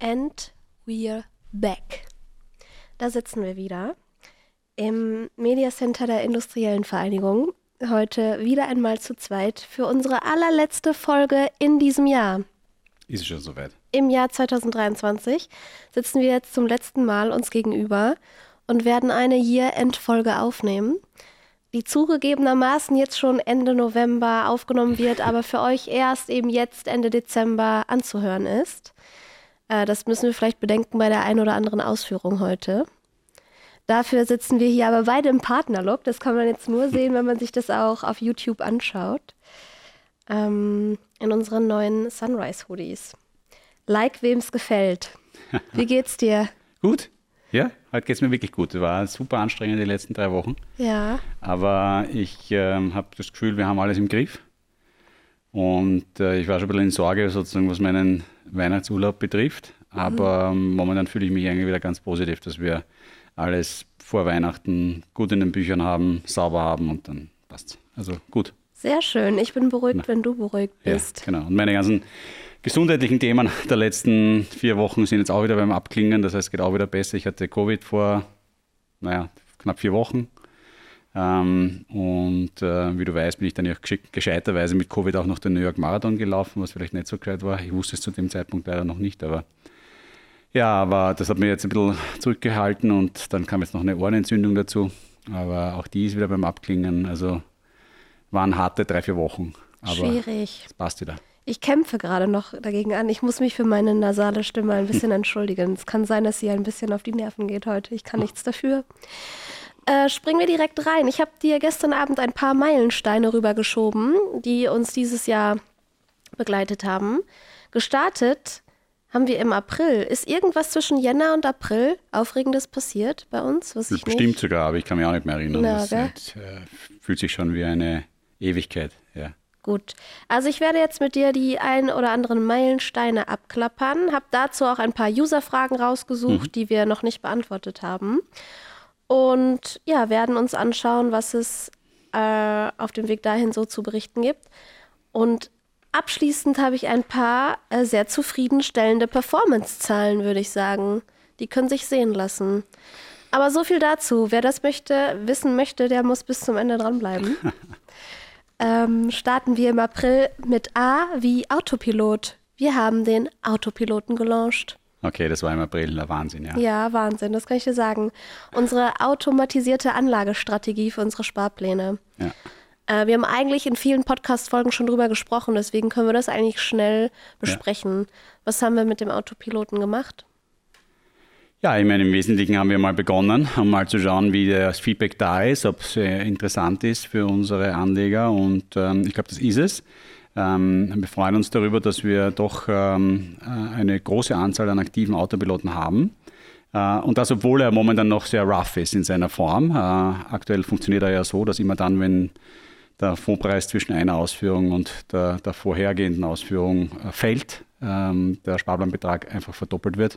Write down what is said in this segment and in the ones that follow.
And we're back. Da sitzen wir wieder im Media Center der Industriellen Vereinigung. Heute wieder einmal zu zweit für unsere allerletzte Folge in diesem Jahr. Ist es schon soweit? Im Jahr 2023 sitzen wir jetzt zum letzten Mal uns gegenüber und werden eine Year-End-Folge aufnehmen, die zugegebenermaßen jetzt schon Ende November aufgenommen wird, aber für euch erst eben jetzt Ende Dezember anzuhören ist. Das müssen wir vielleicht bedenken bei der einen oder anderen Ausführung heute. Dafür sitzen wir hier aber beide im Partnerlook. Das kann man jetzt nur sehen, wenn man sich das auch auf YouTube anschaut. In unseren neuen Sunrise-Hoodies. Like, wem's gefällt. Wie geht's dir? Gut. Ja, heute geht's mir wirklich gut. Es war super anstrengend die letzten 3 Wochen. Ja. Aber ich habe das Gefühl, wir haben alles im Griff. Und ich war schon ein bisschen in Sorge, sozusagen, was meinen Weihnachtsurlaub betrifft. Aber momentan fühle ich mich eigentlich wieder ganz positiv, dass wir alles vor Weihnachten gut in den Büchern haben, sauber haben und dann passt's. Also gut. Sehr schön. Ich bin beruhigt, wenn du beruhigt bist. Ja, genau. Und meine ganzen gesundheitlichen Themen der letzten 4 Wochen sind jetzt auch wieder beim Abklingen. Das heißt, es geht auch wieder besser. Ich hatte Covid vor, knapp 4 Wochen. Wie du weißt, bin ich dann ja gescheiterweise mit Covid auch noch den New York Marathon gelaufen, was vielleicht nicht so gescheit war. Ich wusste es zu dem Zeitpunkt leider noch nicht, aber das hat mich jetzt ein bisschen zurückgehalten und dann kam jetzt noch eine Ohrenentzündung dazu. Aber auch die ist wieder beim Abklingen. Also waren harte 3-4 Wochen. Aber schwierig. es passt wieder. Ich kämpfe gerade noch dagegen an. Ich muss mich für meine nasale Stimme ein bisschen entschuldigen. Es kann sein, dass sie ein bisschen auf die Nerven geht heute. Ich kann nichts dafür. Springen wir direkt rein. Ich habe dir gestern Abend ein paar Meilensteine rübergeschoben, die uns dieses Jahr begleitet haben. Gestartet haben wir im April. Ist irgendwas zwischen Jänner und April Aufregendes passiert bei uns? Was ich bestimmt nicht? Sogar, aber ich kann mich auch nicht mehr erinnern. Das fühlt sich schon wie eine Ewigkeit, ja. Gut, also ich werde jetzt mit dir die ein oder anderen Meilensteine abklappern, habe dazu auch ein paar User-Fragen rausgesucht, die wir noch nicht beantwortet haben und werden uns anschauen, was es auf dem Weg dahin so zu berichten gibt. Und abschließend habe ich ein paar sehr zufriedenstellende Performance-Zahlen, würde ich sagen. Die können sich sehen lassen. Aber so viel dazu. Wer das wissen möchte, der muss bis zum Ende dranbleiben. Starten wir im April mit A wie Autopilot. Wir haben den Autopiloten gelauncht. Okay, das war im April, der Wahnsinn, ja. Ja, Wahnsinn, das kann ich dir sagen. Unsere automatisierte Anlagestrategie für unsere Sparpläne. Ja. Wir haben eigentlich in vielen Podcast-Folgen schon drüber gesprochen, deswegen können wir das eigentlich schnell besprechen. Ja. Was haben wir mit dem Autopiloten gemacht? Ja, ich meine, im Wesentlichen haben wir mal begonnen, um mal zu schauen, wie das Feedback da ist, ob es interessant ist für unsere Anleger und ich glaube, das ist es. Wir freuen uns darüber, dass wir doch eine große Anzahl an aktiven Autopiloten haben und das, obwohl er momentan noch sehr rough ist in seiner Form. Aktuell funktioniert er ja so, dass immer dann, wenn der Fondspreis zwischen einer Ausführung und der vorhergehenden Ausführung fällt, der Sparplanbetrag einfach verdoppelt wird.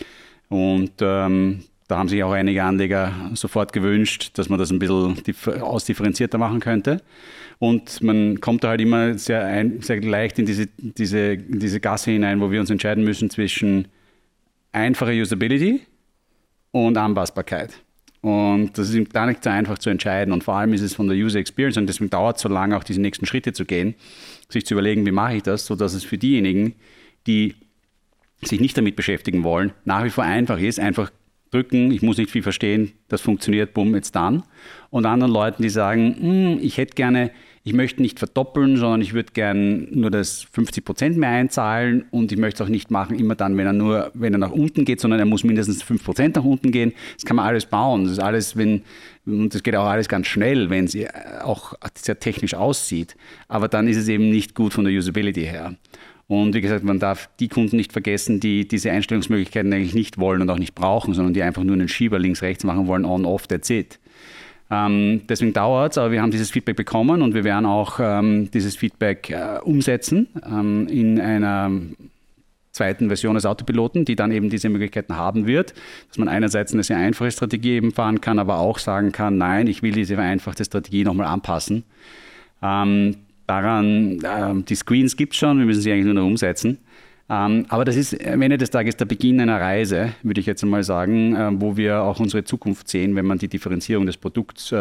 Und da haben sich auch einige Anleger sofort gewünscht, dass man das ein bisschen ausdifferenzierter machen könnte. Und man kommt da halt immer sehr leicht in diese Gasse hinein, wo wir uns entscheiden müssen zwischen einfacher Usability und Anpassbarkeit. Und das ist gar nicht so einfach zu entscheiden. Und vor allem ist es von der User Experience, und deswegen dauert es so lange, auch diese nächsten Schritte zu gehen, sich zu überlegen, wie mache ich das, sodass es für diejenigen, die sich nicht damit beschäftigen wollen, nach wie vor einfach ist, einfach drücken, ich muss nicht viel verstehen, das funktioniert, bumm, it's done. Und anderen Leuten, die sagen, ich möchte nicht verdoppeln, sondern ich würde gern nur das 50% mehr einzahlen und ich möchte es auch nicht machen, immer dann, wenn er nach unten geht, sondern er muss mindestens 5% nach unten gehen. Das kann man alles bauen. Das ist alles, und das geht auch alles ganz schnell, wenn es auch sehr technisch aussieht. Aber dann ist es eben nicht gut von der Usability her. Und wie gesagt, man darf die Kunden nicht vergessen, die diese Einstellungsmöglichkeiten eigentlich nicht wollen und auch nicht brauchen, sondern die einfach nur einen Schieber links-rechts machen wollen, on-off, that's it. Deswegen dauert es, aber wir haben dieses Feedback bekommen und wir werden auch dieses Feedback umsetzen in einer zweiten Version des Autopiloten, die dann eben diese Möglichkeiten haben wird, dass man einerseits eine sehr einfache Strategie eben fahren kann, aber auch sagen kann, nein, ich will diese vereinfachte Strategie nochmal anpassen. Die Screens gibt es schon, wir müssen sie eigentlich nur noch umsetzen. Aber das ist am Ende des Tages der Beginn einer Reise, würde ich jetzt einmal sagen, wo wir auch unsere Zukunft sehen, wenn man die Differenzierung des Produkts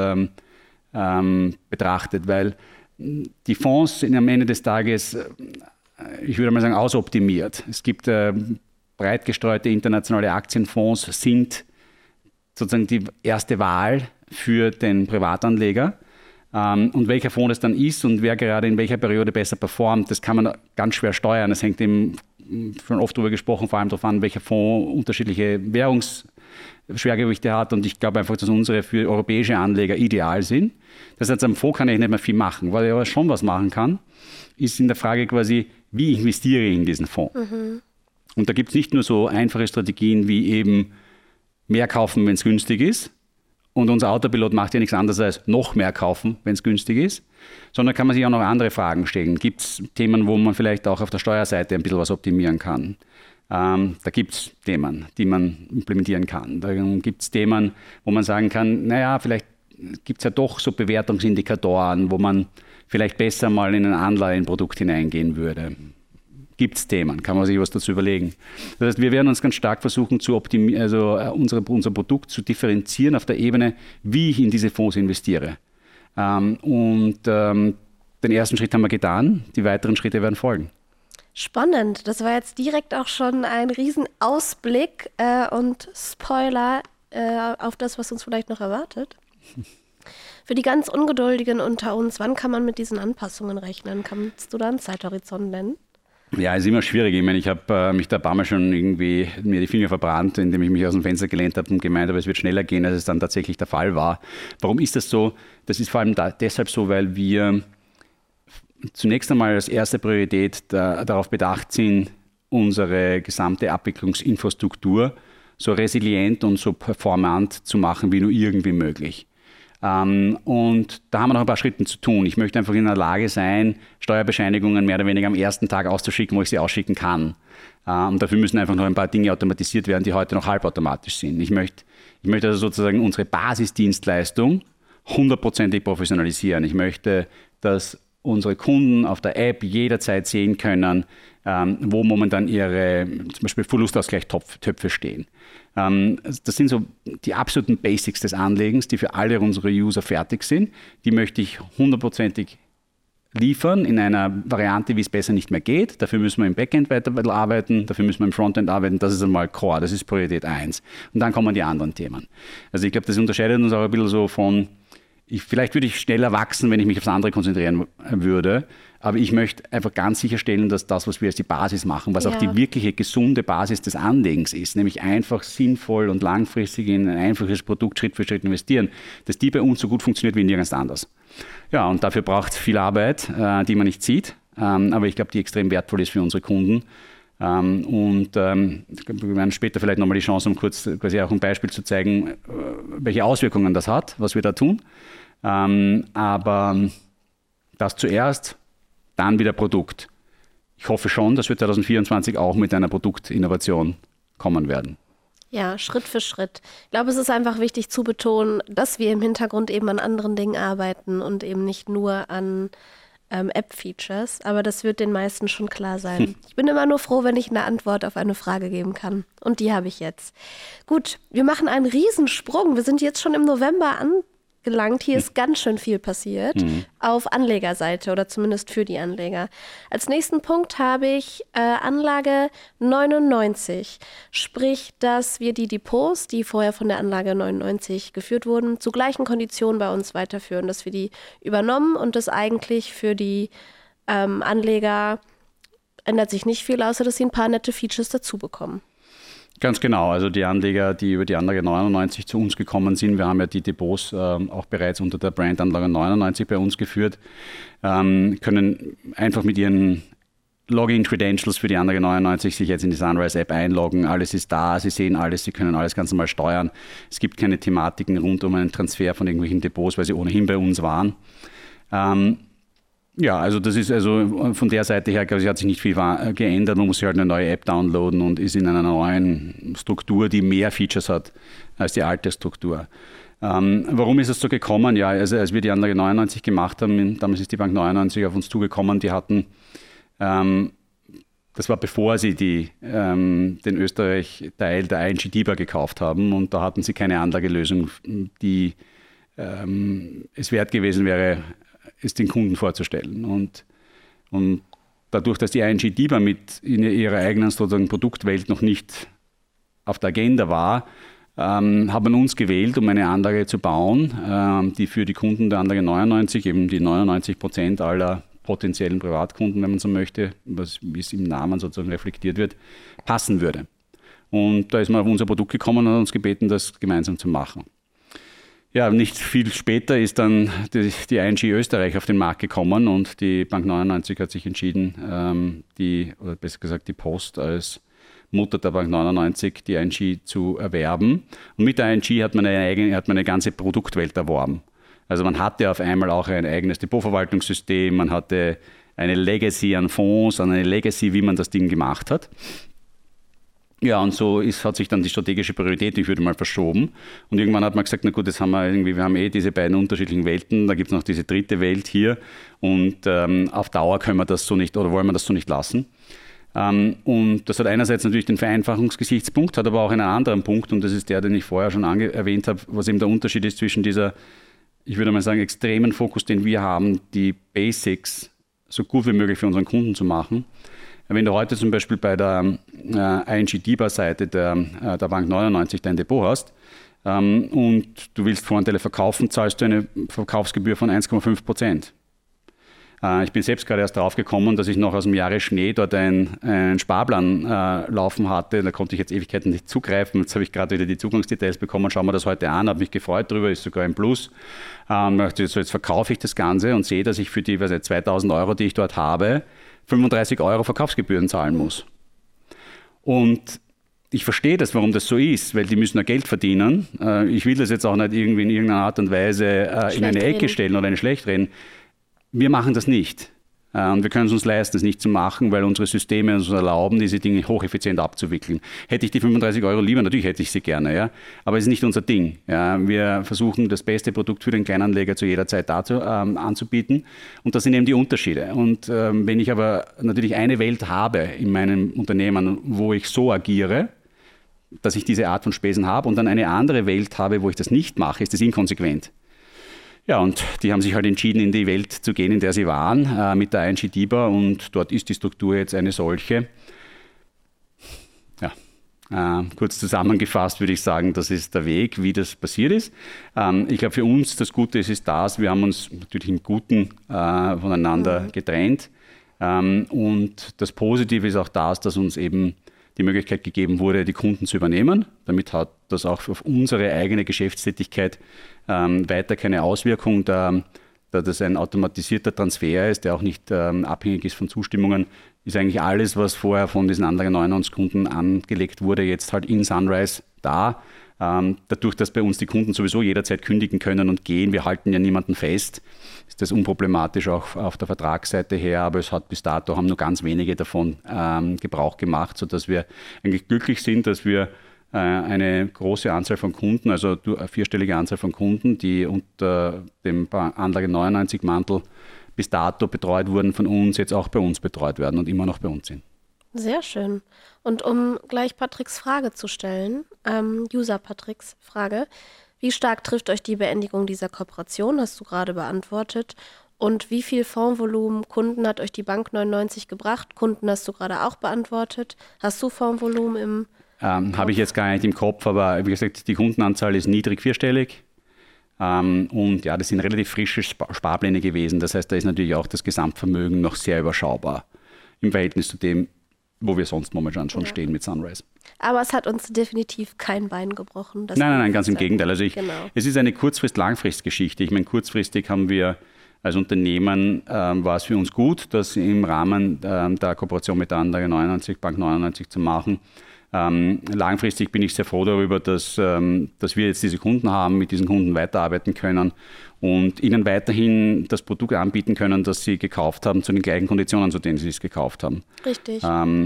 betrachtet, weil die Fonds sind am Ende des Tages, ich würde mal sagen, ausoptimiert. Es gibt breit gestreute internationale Aktienfonds, sind sozusagen die erste Wahl für den Privatanleger. Und welcher Fonds das dann ist und wer gerade in welcher Periode besser performt, das kann man ganz schwer steuern. Das hängt eben, schon oft darüber gesprochen, vor allem darauf an, welcher Fonds unterschiedliche Währungsschwergewichte hat. Und ich glaube einfach, dass unsere für europäische Anleger ideal sind. Das heißt, am Fonds kann ich nicht mehr viel machen. Weil ich aber schon was machen kann, ist in der Frage quasi, wie investiere ich in diesen Fonds. Und da gibt es nicht nur so einfache Strategien wie eben mehr kaufen, wenn es günstig ist. Und unser Autopilot macht ja nichts anderes als noch mehr kaufen, wenn es günstig ist. Sondern kann man sich auch noch andere Fragen stellen. Gibt es Themen, wo man vielleicht auch auf der Steuerseite ein bisschen was optimieren kann? Da gibt es Themen, die man implementieren kann. Da gibt es Themen, wo man sagen kann, naja, vielleicht gibt es ja doch so Bewertungsindikatoren, wo man vielleicht besser mal in ein Anleihenprodukt hineingehen würde. Gibt es Themen, kann man sich was dazu überlegen. Das heißt, wir werden uns ganz stark versuchen, unser Produkt zu differenzieren auf der Ebene, wie ich in diese Fonds investiere. Den ersten Schritt haben wir getan, die weiteren Schritte werden folgen. Spannend, das war jetzt direkt auch schon ein Riesenausblick und Spoiler auf das, was uns vielleicht noch erwartet. Für die ganz Ungeduldigen unter uns, wann kann man mit diesen Anpassungen rechnen? Kannst du da einen Zeithorizont nennen? Ja, ist immer schwierig. Ich meine, ich habe mich da ein paar Mal schon irgendwie mir die Finger verbrannt, indem ich mich aus dem Fenster gelehnt habe und gemeint habe, es wird schneller gehen, als es dann tatsächlich der Fall war. Warum ist das so? Das ist vor allem deshalb so, weil wir zunächst einmal als erste Priorität darauf bedacht sind, unsere gesamte Abwicklungsinfrastruktur so resilient und so performant zu machen, wie nur irgendwie möglich. Und da haben wir noch ein paar Schritte zu tun. Ich möchte einfach in der Lage sein, Steuerbescheinigungen mehr oder weniger am ersten Tag auszuschicken, wo ich sie ausschicken kann. Und dafür müssen einfach noch ein paar Dinge automatisiert werden, die heute noch halbautomatisch sind. Ich möchte also sozusagen unsere Basisdienstleistung 100%ig professionalisieren. Ich möchte, dass unsere Kunden auf der App jederzeit sehen können, wo momentan ihre zum Beispiel Verlustausgleichstöpfe stehen. Das sind so die absoluten Basics des Anlegens, die für alle unsere User fertig sind. Die möchte ich 100%ig liefern in einer Variante, wie es besser nicht mehr geht. Dafür müssen wir im Backend weiter arbeiten, dafür müssen wir im Frontend arbeiten. Das ist einmal Core, das ist Priorität 1. Und dann kommen die anderen Themen. Also ich glaube, das unterscheidet uns auch ein bisschen so von, vielleicht würde ich schneller wachsen, wenn ich mich aufs andere konzentrieren würde. Aber ich möchte einfach ganz sicherstellen, dass das, was wir als die Basis machen, was auch die wirkliche gesunde Basis des Anlegens ist, nämlich einfach sinnvoll und langfristig in ein einfaches Produkt Schritt für Schritt investieren, dass die bei uns so gut funktioniert wie nirgends anders. Ja, und dafür braucht es viel Arbeit, die man nicht sieht, aber ich glaube, die extrem wertvoll ist für unsere Kunden. Wir werden später vielleicht nochmal die Chance, um kurz quasi auch ein Beispiel zu zeigen, welche Auswirkungen das hat, was wir da tun. Aber das zuerst, dann wieder Produkt. Ich hoffe schon, dass wir 2024 auch mit einer Produktinnovation kommen werden. Ja, Schritt für Schritt. Ich glaube, es ist einfach wichtig zu betonen, dass wir im Hintergrund eben an anderen Dingen arbeiten und eben nicht nur an App-Features. Aber das wird den meisten schon klar sein. Ich bin immer nur froh, wenn ich eine Antwort auf eine Frage geben kann. Und die habe ich jetzt. Gut, wir machen einen Riesensprung. Wir sind jetzt schon im November angelangt. Hier ist ganz schön viel passiert auf Anlegerseite oder zumindest für die Anleger. Als nächsten Punkt habe ich Anlage 99, sprich, dass wir die Depots, die vorher von der Anlage 99 geführt wurden, zu gleichen Konditionen bei uns weiterführen, dass wir die übernommen und das eigentlich für die Anleger ändert sich nicht viel, außer dass sie ein paar nette Features dazu bekommen. Ganz genau, also die Anleger, die über die Anlage 99 zu uns gekommen sind, wir haben ja die Depots auch bereits unter der Brand Anlage 99 bei uns geführt, können einfach mit ihren Login-Credentials für die Anlage 99 sich jetzt in die Sunrise-App einloggen. Alles ist da, sie sehen alles, sie können alles ganz normal steuern. Es gibt keine Thematiken rund um einen Transfer von irgendwelchen Depots, weil sie ohnehin bei uns waren. Ja, also das ist also von der Seite her, glaube ich, hat sich nicht viel geändert. Man muss sich halt eine neue App downloaden und ist in einer neuen Struktur, die mehr Features hat als die alte Struktur. Warum ist es so gekommen? Ja, also als wir die Anlage 99 gemacht haben, damals ist die Bank 99 auf uns zugekommen, die hatten das war bevor sie den Österreich-Teil der ING DiBa gekauft haben und da hatten sie keine Anlagelösung, die es wert gewesen wäre, es den Kunden vorzustellen. Und dadurch, dass die ING DiBa mit in ihrer eigenen sozusagen Produktwelt noch nicht auf der Agenda war, hat man uns gewählt, um eine Anlage zu bauen, die für die Kunden der Anlage 99, eben die 99% aller potenziellen Privatkunden, wenn man so möchte, wie es im Namen sozusagen reflektiert wird, passen würde. Und da ist man auf unser Produkt gekommen und hat uns gebeten, das gemeinsam zu machen. Ja, nicht viel später ist dann die ING Österreich auf den Markt gekommen und die Bank 99 hat sich entschieden, oder besser gesagt die Post als Mutter der Bank 99, die ING zu erwerben. Und mit der ING hat man eine ganze Produktwelt erworben. Also man hatte auf einmal auch ein eigenes Depotverwaltungssystem, man hatte eine Legacy an Fonds, eine Legacy, wie man das Ding gemacht hat. Ja, und so hat sich dann die strategische Priorität, ich würde mal, verschoben. Und irgendwann hat man gesagt, na gut, jetzt haben wir haben diese beiden unterschiedlichen Welten, da gibt es noch diese dritte Welt hier und auf Dauer können wir das so nicht oder wollen wir das so nicht lassen. Und das hat einerseits natürlich den Vereinfachungsgesichtspunkt, hat aber auch einen anderen Punkt und das ist der, den ich vorher schon erwähnt habe, was eben der Unterschied ist zwischen dieser, ich würde mal sagen, extremen Fokus, den wir haben, die Basics so gut wie möglich für unseren Kunden zu machen. Wenn du heute zum Beispiel bei der ING DiBa-Seite der Bank 99 dein Depot hast und du willst Voranteile verkaufen, zahlst du eine Verkaufsgebühr von 1,5%. Ich bin selbst gerade erst drauf gekommen, dass ich noch aus dem Jahre Schnee dort einen Sparplan laufen hatte. Da konnte ich jetzt Ewigkeiten nicht zugreifen. Jetzt habe ich gerade wieder die Zugangsdetails bekommen. Schauen wir das heute an, habe mich gefreut darüber, ist sogar ein Plus. Jetzt verkaufe ich das Ganze und sehe, dass ich für die 2.000 Euro, die ich dort habe, 35 Euro Verkaufsgebühren zahlen muss. Und ich verstehe das, warum das so ist, weil die müssen ja Geld verdienen. Ich will das jetzt auch nicht irgendwie in irgendeiner Art und Weise in eine Ecke stellen oder eine schlecht reden. Wir machen das nicht. Und wir können es uns leisten, das nicht zu machen, weil unsere Systeme uns erlauben, diese Dinge hocheffizient abzuwickeln. Hätte ich die 35 Euro lieber, natürlich hätte ich sie gerne, ja. Aber es ist nicht unser Ding. Ja. Wir versuchen, das beste Produkt für den Kleinanleger zu jeder Zeit dazu anzubieten. Und das sind eben die Unterschiede. Und wenn ich aber natürlich eine Welt habe in meinem Unternehmen, wo ich so agiere, dass ich diese Art von Spesen habe und dann eine andere Welt habe, wo ich das nicht mache, ist das inkonsequent. Ja, und die haben sich halt entschieden, in die Welt zu gehen, in der sie waren, mit der ING DiBa und dort ist die Struktur jetzt eine solche. Ja, kurz zusammengefasst würde ich sagen, das ist der Weg, wie das passiert ist. Ich glaube, für uns das Gute ist das, wir haben uns natürlich im Guten voneinander getrennt und das Positive ist auch das, dass uns eben die Möglichkeit gegeben wurde, die Kunden zu übernehmen. Damit hat das auch auf unsere eigene Geschäftstätigkeit weiter keine Auswirkung, da das ein automatisierter Transfer ist, der auch nicht abhängig ist von Zustimmungen, ist eigentlich alles, was vorher von diesen Anlage 99 Kunden angelegt wurde, jetzt halt in Sunrise da. Dadurch, dass bei uns die Kunden sowieso jederzeit kündigen können und gehen, wir halten ja niemanden fest, ist das unproblematisch auch auf der Vertragsseite her, aber es hat bis dato, haben nur ganz wenige davon Gebrauch gemacht, sodass wir eigentlich glücklich sind, dass wir eine große Anzahl von Kunden, also eine vierstellige Anzahl von Kunden, die unter dem Anlage 99 Mantel bis dato betreut wurden von uns, jetzt auch bei uns betreut werden und immer noch bei uns sind. Sehr schön. Und um gleich Patricks Frage zu stellen, User Patricks Frage, wie stark trifft euch die Beendigung dieser Kooperation, hast du gerade beantwortet, und wie viel Fondsvolumen Kunden hat euch die Bank 99 gebracht? Kunden hast du gerade auch beantwortet. Hast du Fondsvolumen im Habe ich jetzt gar nicht im Kopf, aber wie gesagt, die Kundenanzahl ist niedrig vierstellig. Und ja, das sind relativ frische Sparpläne gewesen. Das heißt, da ist natürlich auch das Gesamtvermögen noch sehr überschaubar im Verhältnis zu dem, wo wir sonst momentan schon stehen mit Sunrise. Aber es hat uns definitiv kein Bein gebrochen. Nein, ganz im Gegenteil. Also es ist eine Kurzfrist-Langfrist-Geschichte. Ich meine, kurzfristig haben wir als Unternehmen, war es für uns gut, das im Rahmen der Kooperation mit der Anlage 99, Bank 99 zu machen. Langfristig bin ich sehr froh darüber, dass wir jetzt diese Kunden haben, mit diesen Kunden weiterarbeiten können und ihnen weiterhin das Produkt anbieten können, das sie gekauft haben, zu den gleichen Konditionen, zu denen sie es gekauft haben. Richtig.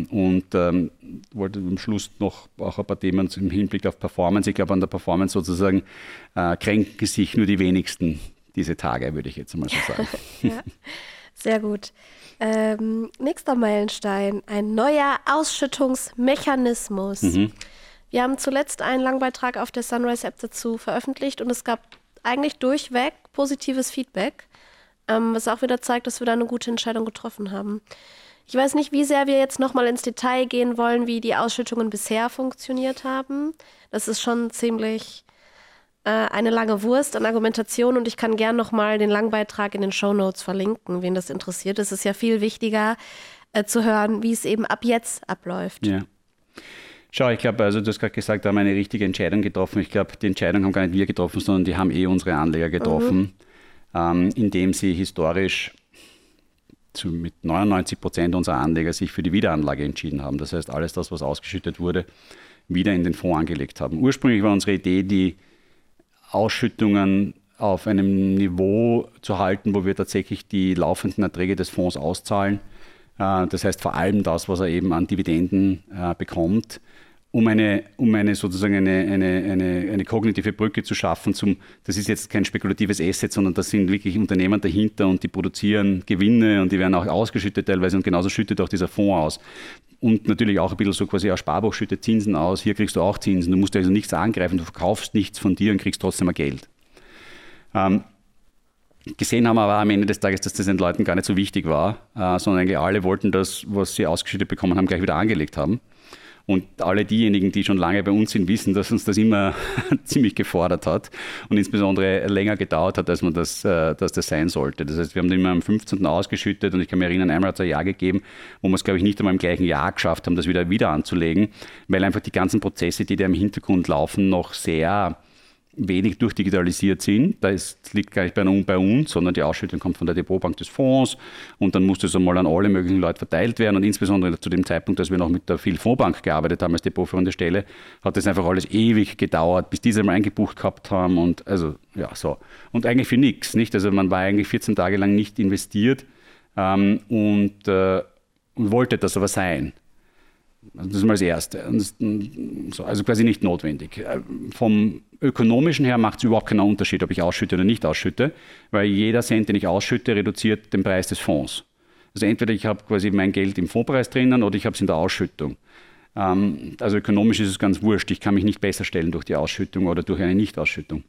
Wollte am Schluss noch auch ein paar Themen im Hinblick auf Performance. Ich glaube, an der Performance sozusagen kränken sich nur die wenigsten diese Tage, würde ich jetzt mal so sagen. Ja. Sehr gut. Nächster Meilenstein, ein neuer Ausschüttungsmechanismus. Wir haben zuletzt einen Langbeitrag auf der Sunrise-App dazu veröffentlicht und es gab eigentlich durchweg positives Feedback, was auch wieder zeigt, dass wir da eine gute Entscheidung getroffen haben. Ich weiß nicht, wie sehr wir jetzt nochmal ins Detail gehen wollen, wie die Ausschüttungen bisher funktioniert haben. Das ist schon ziemlich eine lange Wurst an Argumentation und ich kann gern nochmal den Langbeitrag in den Shownotes verlinken, wen das interessiert. Es ist ja viel wichtiger zu hören, wie es eben ab jetzt abläuft. Ja. Schau, ich glaube, also du hast gerade gesagt, da haben wir eine richtige Entscheidung getroffen. Ich glaube, die Entscheidung haben gar nicht wir getroffen, sondern die haben unsere Anleger getroffen, indem sie historisch mit 99% unserer Anleger sich für die Wiederanlage entschieden haben. Das heißt, alles das, was ausgeschüttet wurde, wieder in den Fonds angelegt haben. Ursprünglich war unsere Idee, die Ausschüttungen auf einem Niveau zu halten, wo wir tatsächlich die laufenden Erträge des Fonds auszahlen. Das heißt vor allem das, was er eben an Dividenden bekommt, um eine kognitive Brücke zu schaffen. Das ist jetzt kein spekulatives Asset, sondern das sind wirklich Unternehmen dahinter und die produzieren Gewinne und die werden auch ausgeschüttet teilweise und genauso schüttet auch dieser Fonds aus. Und natürlich auch ein bisschen so quasi, ein Sparbuch schüttet Zinsen aus, hier kriegst du auch Zinsen, du musst also nichts angreifen, du verkaufst nichts von dir und kriegst trotzdem mal Geld. Gesehen haben wir aber am Ende des Tages, dass das den Leuten gar nicht so wichtig war, sondern eigentlich alle wollten das, was sie ausgeschüttet bekommen haben, gleich wieder angelegt haben. Und alle diejenigen, die schon lange bei uns sind, wissen, dass uns das immer ziemlich gefordert hat und insbesondere länger gedauert hat, als dass das sein sollte. Das heißt, wir haben immer am 15. ausgeschüttet und ich kann mich erinnern, einmal hat es ein Jahr gegeben, wo wir es, glaube ich, nicht einmal im gleichen Jahr geschafft haben, das wieder anzulegen, weil einfach die ganzen Prozesse, die da im Hintergrund laufen, noch sehr wenig durchdigitalisiert sind. Das liegt gar nicht bei uns, sondern die Ausschüttung kommt von der Depotbank des Fonds und dann muss das einmal an alle möglichen Leute verteilt werden und insbesondere zu dem Zeitpunkt, als wir noch mit der Phil-Fondsbank gearbeitet haben als depotführende Stelle, hat das einfach alles ewig gedauert, bis diese mal eingebucht gehabt haben und also ja so. Und eigentlich für nichts, nicht? Also man war eigentlich 14 Tage lang nicht investiert und wollte das aber sein. Also das ist mal das Erste. Also quasi nicht notwendig. Vom Ökonomischen her macht es überhaupt keinen Unterschied, ob ich ausschütte oder nicht ausschütte, weil jeder Cent, den ich ausschütte, reduziert den Preis des Fonds. Also entweder ich habe quasi mein Geld im Fondspreis drinnen oder ich habe es in der Ausschüttung. Also ökonomisch ist es ganz wurscht. Ich kann mich nicht besser stellen durch die Ausschüttung oder durch eine Nichtausschüttung.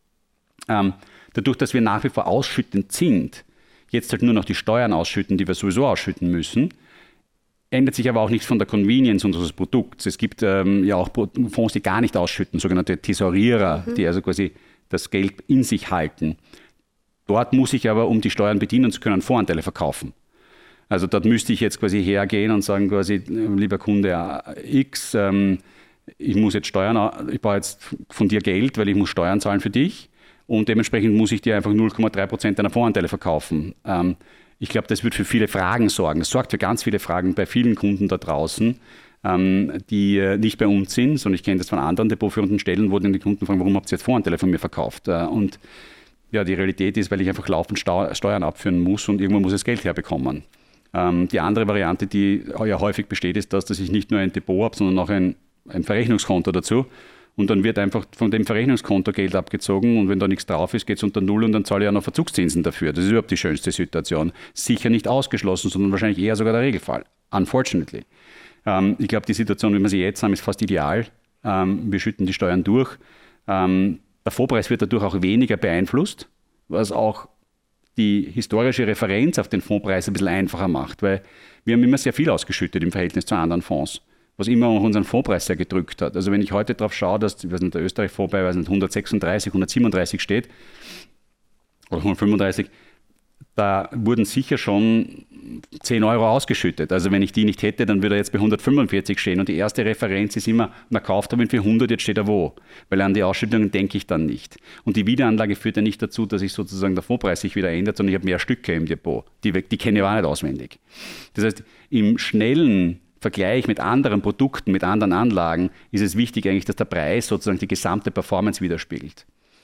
Dadurch, dass wir nach wie vor ausschüttend sind, jetzt halt nur noch die Steuern ausschütten, die wir sowieso ausschütten müssen, ändert sich aber auch nichts von der Convenience unseres Produkts. Es gibt ja auch Fonds, die gar nicht ausschütten, sogenannte Tesorierer, die also quasi das Geld in sich halten. Dort muss ich aber, um die Steuern bedienen zu können, Voranteile verkaufen. Also dort müsste ich jetzt quasi hergehen und sagen quasi, lieber Kunde X, ich muss jetzt Steuern, ich brauche jetzt von dir Geld, weil ich muss Steuern zahlen für dich und dementsprechend muss ich dir einfach 0,3% deiner Voranteile verkaufen. Ich glaube, das wird für viele Fragen sorgen. Das sorgt für ganz viele Fragen bei vielen Kunden da draußen, die nicht bei uns sind, sondern ich kenne das von anderen depotführenden Stellen, wo dann die Kunden fragen, warum habt ihr jetzt Voranteile von mir verkauft? Und ja, die Realität ist, weil ich einfach laufend Steuern abführen muss und irgendwo muss ich das Geld herbekommen. Die andere Variante, die ja häufig besteht, ist das, dass ich nicht nur ein Depot habe, sondern auch ein Verrechnungskonto dazu. Und dann wird einfach von dem Verrechnungskonto Geld abgezogen und wenn da nichts drauf ist, geht es unter Null und dann zahle ich auch noch Verzugszinsen dafür. Das ist überhaupt die schönste Situation. Sicher nicht ausgeschlossen, sondern wahrscheinlich eher sogar der Regelfall. Unfortunately. Ich glaube, die Situation, wie wir sie jetzt haben, ist fast ideal. Wir schütten die Steuern durch. Der Fondspreis wird dadurch auch weniger beeinflusst, was auch die historische Referenz auf den Fondspreis ein bisschen einfacher macht, weil wir haben immer sehr viel ausgeschüttet im Verhältnis zu anderen Fonds, was immer auch unseren Fondspreis sehr gedrückt hat. Also wenn ich heute darauf schaue, dass der Österreich-Fonds bei 136, 137 steht oder 135, da wurden sicher schon 10 Euro ausgeschüttet. Also wenn ich die nicht hätte, dann würde er jetzt bei 145 stehen. Und die erste Referenz ist immer, man kauft aber ihn für 100, jetzt steht er wo. Weil an die Ausschüttungen denke ich dann nicht. Und die Wiederanlage führt ja nicht dazu, dass sich sozusagen der Fondspreis sich wieder ändert, sondern ich habe mehr Stücke im Depot. Die kenne ich auch nicht auswendig. Das heißt, im schnellen Vergleich mit anderen Produkten, mit anderen Anlagen, ist es wichtig eigentlich, dass der Preis sozusagen die gesamte Performance widerspiegelt.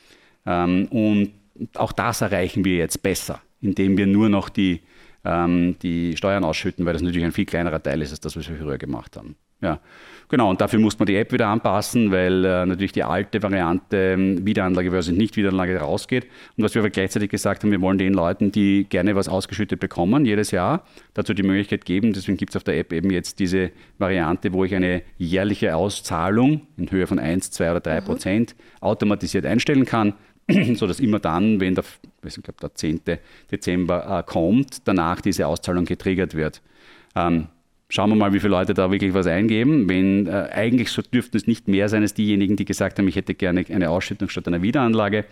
Und auch das erreichen wir jetzt besser, indem wir nur noch die Steuern ausschütten, weil das natürlich ein viel kleinerer Teil ist, als das, was wir früher gemacht haben. Ja. Genau, und dafür muss man die App wieder anpassen, weil natürlich die alte Variante Wiederanlage versus Nicht-Wiederanlage rausgeht. Und was wir aber gleichzeitig gesagt haben, wir wollen den Leuten, die gerne was ausgeschüttet bekommen, jedes Jahr, dazu die Möglichkeit geben. Deswegen gibt es auf der App eben jetzt diese Variante, wo ich eine jährliche Auszahlung in Höhe von 1, 2 oder 3% automatisiert einstellen kann, sodass immer dann, wenn der 10. Dezember kommt, danach diese Auszahlung getriggert wird. Schauen wir mal, wie viele Leute da wirklich was eingeben. Eigentlich so dürften es nicht mehr sein als diejenigen, die gesagt haben, ich hätte gerne eine Ausschüttung statt einer Wiederanlage.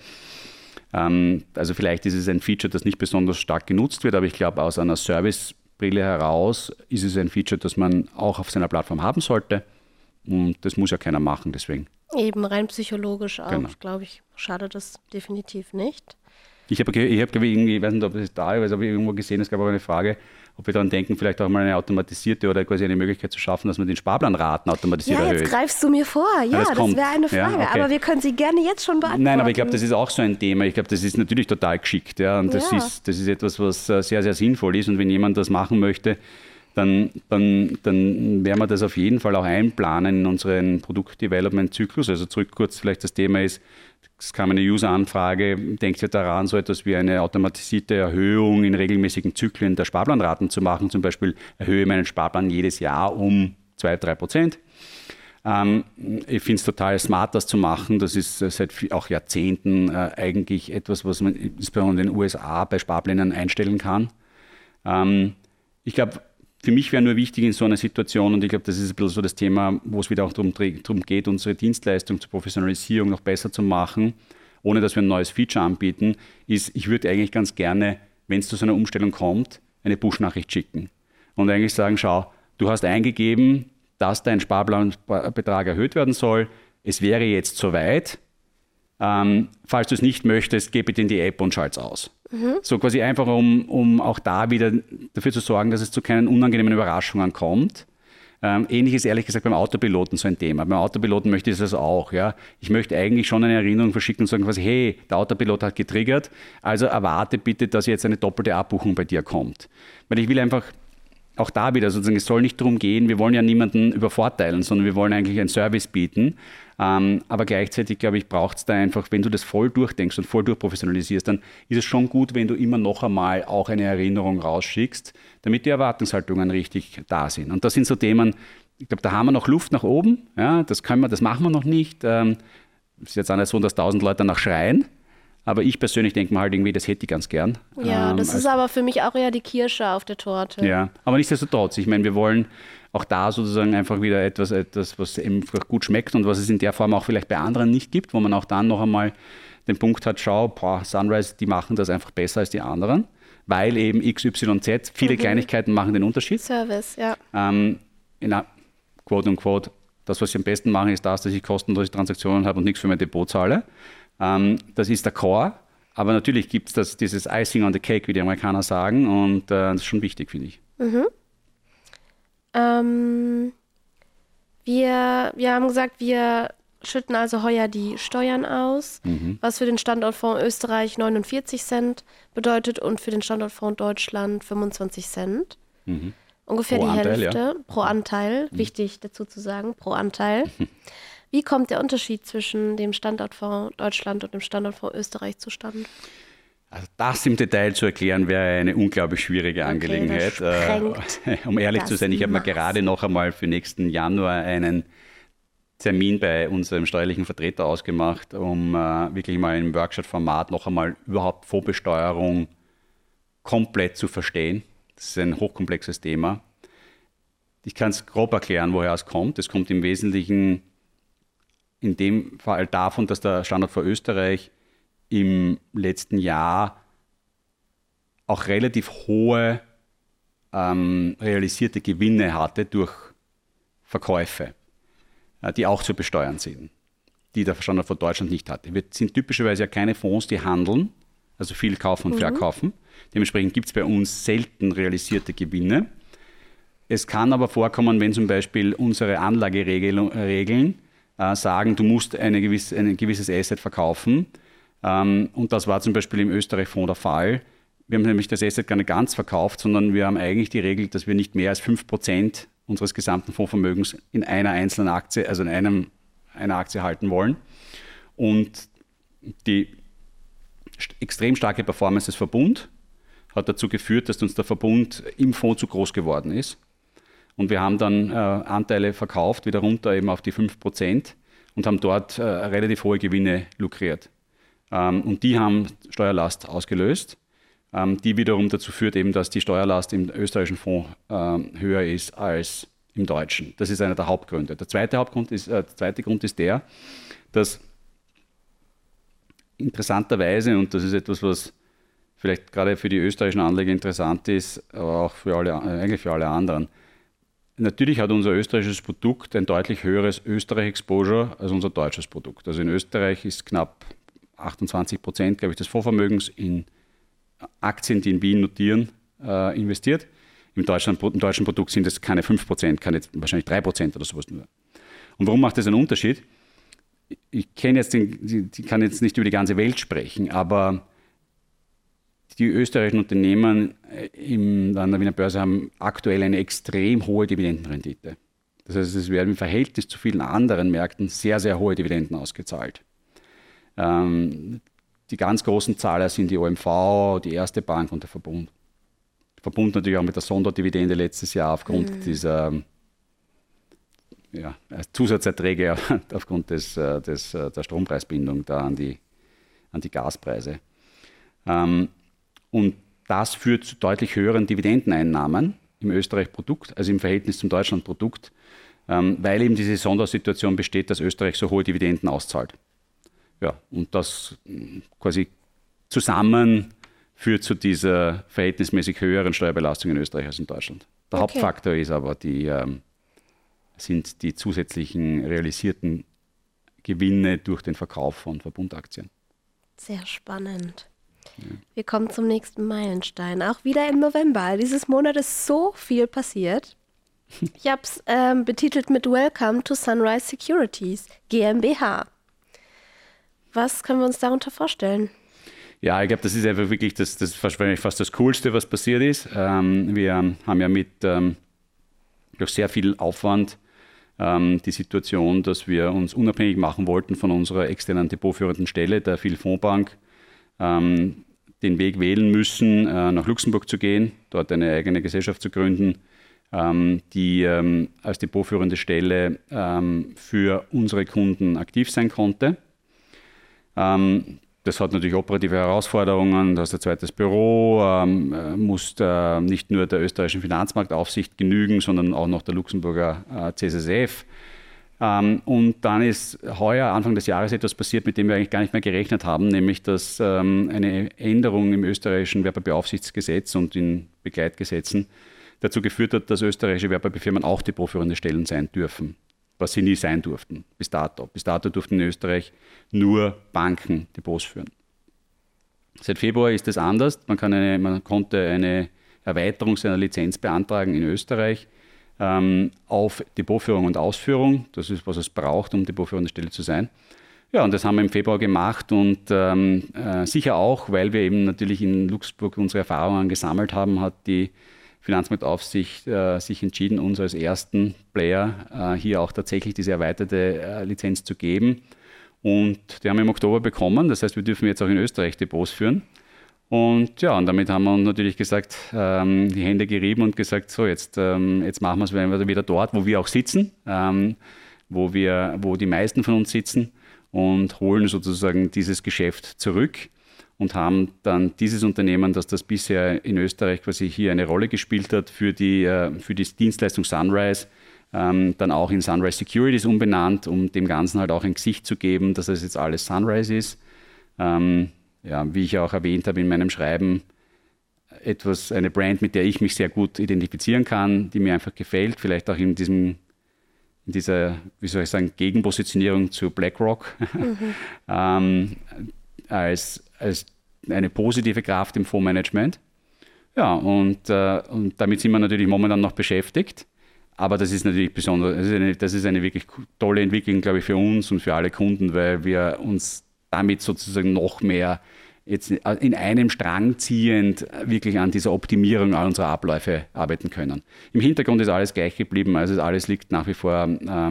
Also vielleicht ist es ein Feature, das nicht besonders stark genutzt wird, aber ich glaube, aus einer Servicebrille heraus ist es ein Feature, das man auch auf seiner Plattform haben sollte. Und das muss ja keiner machen, deswegen. Eben rein psychologisch auch, Genau. glaube ich, schadet das definitiv nicht. Ich habe irgendwie, ich weiß nicht, ob es da ist, aber ich habe irgendwo gesehen, es gab auch eine Frage, ob wir daran denken, vielleicht auch mal eine automatisierte oder quasi eine Möglichkeit zu schaffen, dass man den Sparplanraten automatisiert erhöht. Jetzt greifst du mir vor. Ja, das wäre eine Frage. Ja, okay. Aber wir können sie gerne jetzt schon beantworten. Nein, aber ich glaube, das ist auch so ein Thema. Ich glaube, das ist natürlich total geschickt. Ja? Und das ist etwas, was sehr, sehr sinnvoll ist. Und wenn jemand das machen möchte, dann werden wir das auf jeden Fall auch einplanen in unseren Produktdevelopment-Zyklus. Also zurück kurz, vielleicht das Thema ist, es kam eine User-Anfrage, denkt ihr daran, so etwas wie eine automatisierte Erhöhung in regelmäßigen Zyklen der Sparplanraten zu machen? Zum Beispiel erhöhe meinen Sparplan jedes Jahr um 2-3%. Ich finde es total smart, das zu machen. Das ist seit auch Jahrzehnten eigentlich etwas, was man insbesondere in den USA bei Sparplänen einstellen kann. Ich glaube, für mich wäre nur wichtig in so einer Situation, und ich glaube, das ist ein bisschen so das Thema, wo es wieder auch darum geht, unsere Dienstleistung zur Professionalisierung noch besser zu machen, ohne dass wir ein neues Feature anbieten, ist, ich würde eigentlich ganz gerne, wenn es zu so einer Umstellung kommt, eine Push-Nachricht schicken und eigentlich sagen, schau, du hast eingegeben, dass dein Sparplanbetrag erhöht werden soll, es wäre jetzt soweit, falls du es nicht möchtest, geh bitte in die App und schalt es aus. So quasi einfach, um auch da wieder dafür zu sorgen, dass es zu keinen unangenehmen Überraschungen kommt. Ähnlich ist ehrlich gesagt beim Autopiloten so ein Thema. Beim Autopiloten möchte ich das auch. Ja. Ich möchte eigentlich schon eine Erinnerung verschicken und sagen quasi, hey, der Autopilot hat getriggert, also erwarte bitte, dass jetzt eine doppelte Abbuchung bei dir kommt. Weil ich will einfach auch da wieder sozusagen, es soll nicht darum gehen, wir wollen ja niemanden übervorteilen, sondern wir wollen eigentlich einen Service bieten. Aber gleichzeitig, glaube ich, braucht es da einfach, wenn du das voll durchdenkst und voll durchprofessionalisierst, dann ist es schon gut, wenn du immer noch einmal auch eine Erinnerung rausschickst, damit die Erwartungshaltungen richtig da sind. Und das sind so Themen, ich glaube, da haben wir noch Luft nach oben. Ja, das machen wir noch nicht. Es ist jetzt auch nicht so, dass 1000 Leute danach schreien. Aber ich persönlich denke mir halt irgendwie, das hätte ich ganz gern. Ja, das ist aber für mich auch eher die Kirsche auf der Torte. Ja, aber nichtsdestotrotz, ich meine, wir wollen auch da sozusagen einfach wieder etwas, was eben gut schmeckt und was es in der Form auch vielleicht bei anderen nicht gibt, wo man auch dann noch einmal den Punkt hat, schau, Sunrise, die machen das einfach besser als die anderen, weil eben XYZ, viele Kleinigkeiten machen den Unterschied. Service, ja. Quote unquote, das, was sie am besten machen, ist das, dass ich kostenlose Transaktionen habe und nichts für mein Depot zahle. Das ist der Core, aber natürlich gibt es dieses Icing on the Cake, wie die Amerikaner sagen, und das ist schon wichtig, finde ich. Wir haben gesagt, wir schütten also heuer die Steuern aus, was für den Standortfonds Österreich 49 Cent bedeutet und für den Standortfonds Deutschland 25 Cent. Ungefähr Pro die Anteil, Hälfte ja. pro Anteil, wichtig dazu zu sagen, pro Anteil. Wie kommt der Unterschied zwischen dem Standortfonds Deutschland und dem Standortfonds Österreich zustande? Also das im Detail zu erklären, wäre eine unglaublich schwierige Angelegenheit. Um ehrlich zu sein, ich habe mir gerade noch einmal für nächsten Januar einen Termin bei unserem steuerlichen Vertreter ausgemacht, um wirklich mal im Workshop-Format noch einmal überhaupt Vorbesteuerung komplett zu verstehen. Das ist ein hochkomplexes Thema. Ich kann es grob erklären, woher es kommt. Es kommt im Wesentlichen in dem Fall davon, dass der Standortfonds Österreich im letzten Jahr auch relativ hohe realisierte Gewinne hatte durch Verkäufe, die auch zu besteuern sind, die der Standortfonds Deutschland nicht hatte. Wir sind typischerweise ja keine Fonds, die handeln, also viel kaufen und verkaufen. Dementsprechend gibt es bei uns selten realisierte Gewinne. Es kann aber vorkommen, wenn zum Beispiel unsere Anlageregeln sagen, du musst ein gewisses Asset verkaufen. Und das war zum Beispiel im Österreich-Fonds der Fall. Wir haben nämlich das Asset gar nicht ganz verkauft, sondern wir haben eigentlich die Regel, dass wir nicht mehr als 5% unseres gesamten Fondsvermögens in einer einzelnen Aktie, also in einer Aktie halten wollen. Und die extrem starke Performance des Verbund hat dazu geführt, dass uns der Verbund im Fonds zu groß geworden ist. Und wir haben dann Anteile verkauft, wieder runter eben auf die 5% und haben dort relativ hohe Gewinne lukriert. Und die haben Steuerlast ausgelöst, die wiederum dazu führt, eben, dass die Steuerlast im österreichischen Fonds höher ist als im deutschen. Das ist einer der Hauptgründe. Der zweite Grund ist der, dass interessanterweise, und das ist etwas, was vielleicht gerade für die österreichischen Anleger interessant ist, aber auch eigentlich für alle anderen. Natürlich hat unser österreichisches Produkt ein deutlich höheres Österreich-Exposure als unser deutsches Produkt. Also in Österreich ist knapp 28%, glaube ich, des Fondsvermögens in Aktien, die in Wien notieren, investiert. Im deutschen Produkt sind es keine 5%, wahrscheinlich 3% oder sowas nur. Und warum macht das einen Unterschied? Ich kann jetzt nicht über die ganze Welt sprechen, aber die österreichischen Unternehmen an der Wiener Börse haben aktuell eine extrem hohe Dividendenrendite. Das heißt, es werden im Verhältnis zu vielen anderen Märkten sehr, sehr hohe Dividenden ausgezahlt. Die ganz großen Zahler sind die OMV, die Erste Bank und der Verbund. Verbund natürlich auch mit der Sonderdividende letztes Jahr aufgrund dieser Zusatzerträge aufgrund der Strompreisbindung da an die Gaspreise. Und das führt zu deutlich höheren Dividendeneinnahmen im Österreich-Produkt, also im Verhältnis zum Deutschland-Produkt, weil eben diese Sondersituation besteht, dass Österreich so hohe Dividenden auszahlt. Ja, und das quasi zusammen führt zu dieser verhältnismäßig höheren Steuerbelastung in Österreich als in Deutschland. Der Hauptfaktor ist aber sind die zusätzlichen realisierten Gewinne durch den Verkauf von Verbundaktien. Sehr spannend. Ja. Wir kommen zum nächsten Meilenstein, auch wieder im November. Dieses Monat ist so viel passiert. Ich habe es betitelt mit Welcome to Sunrise Securities GmbH. Was können wir uns darunter vorstellen? Ja, ich glaube, das ist einfach wirklich das wahrscheinlich fast das Coolste, was passiert ist. Wir haben ja mit durch sehr viel Aufwand die Situation, dass wir uns unabhängig machen wollten von unserer externen depotführenden Stelle, der Phil Fondsbank, den Weg wählen müssen, nach Luxemburg zu gehen, dort eine eigene Gesellschaft zu gründen, die als depotführende Stelle für unsere Kunden aktiv sein konnte. Das hat natürlich operative Herausforderungen. Du hast ein zweites Büro, musst nicht nur der österreichischen Finanzmarktaufsicht genügen, sondern auch noch der Luxemburger CSSF. Und dann ist heuer, Anfang des Jahres, etwas passiert, mit dem wir eigentlich gar nicht mehr gerechnet haben, nämlich dass eine Änderung im österreichischen Wertpapieraufsichtsgesetz und in Begleitgesetzen dazu geführt hat, dass österreichische Wertpapierfirmen auch depotführende Stellen sein dürfen, was sie nie sein durften bis dato. Bis dato durften in Österreich nur Banken Depots führen. Seit Februar ist es anders. Man konnte eine Erweiterung seiner Lizenz beantragen in Österreich auf Depotführung und Ausführung. Das ist, was es braucht, um depotführende Stelle zu sein. Ja, und das haben wir im Februar gemacht und sicher auch, weil wir eben natürlich in Luxemburg unsere Erfahrungen gesammelt haben, hat die Finanzmarktaufsicht sich entschieden, uns als ersten Player hier auch tatsächlich diese erweiterte Lizenz zu geben. Und die haben wir im Oktober bekommen. Das heißt, wir dürfen jetzt auch in Österreich Depots führen. Und ja, und damit haben wir uns natürlich gesagt, die Hände gerieben und gesagt, so jetzt machen wir es wieder dort, wo wir auch sitzen, wo die meisten von uns sitzen und holen sozusagen dieses Geschäft zurück. Und haben dann dieses Unternehmen, das bisher in Österreich quasi hier eine Rolle gespielt hat, für die Dienstleistung Sunrise, dann auch in Sunrise Securities umbenannt, um dem Ganzen halt auch ein Gesicht zu geben, dass es jetzt alles Sunrise ist. Wie ich auch erwähnt habe in meinem Schreiben, eine Brand, mit der ich mich sehr gut identifizieren kann, die mir einfach gefällt, vielleicht auch in dieser, wie soll ich sagen, Gegenpositionierung zu BlackRock, als eine positive Kraft im Fondsmanagement. Ja, und damit sind wir natürlich momentan noch beschäftigt. Aber das ist natürlich besonders, das ist eine wirklich tolle Entwicklung, glaube ich, für uns und für alle Kunden, weil wir uns damit sozusagen noch mehr jetzt in einem Strang ziehend wirklich an dieser Optimierung unserer Abläufe arbeiten können. Im Hintergrund ist alles gleich geblieben, also alles liegt nach wie vor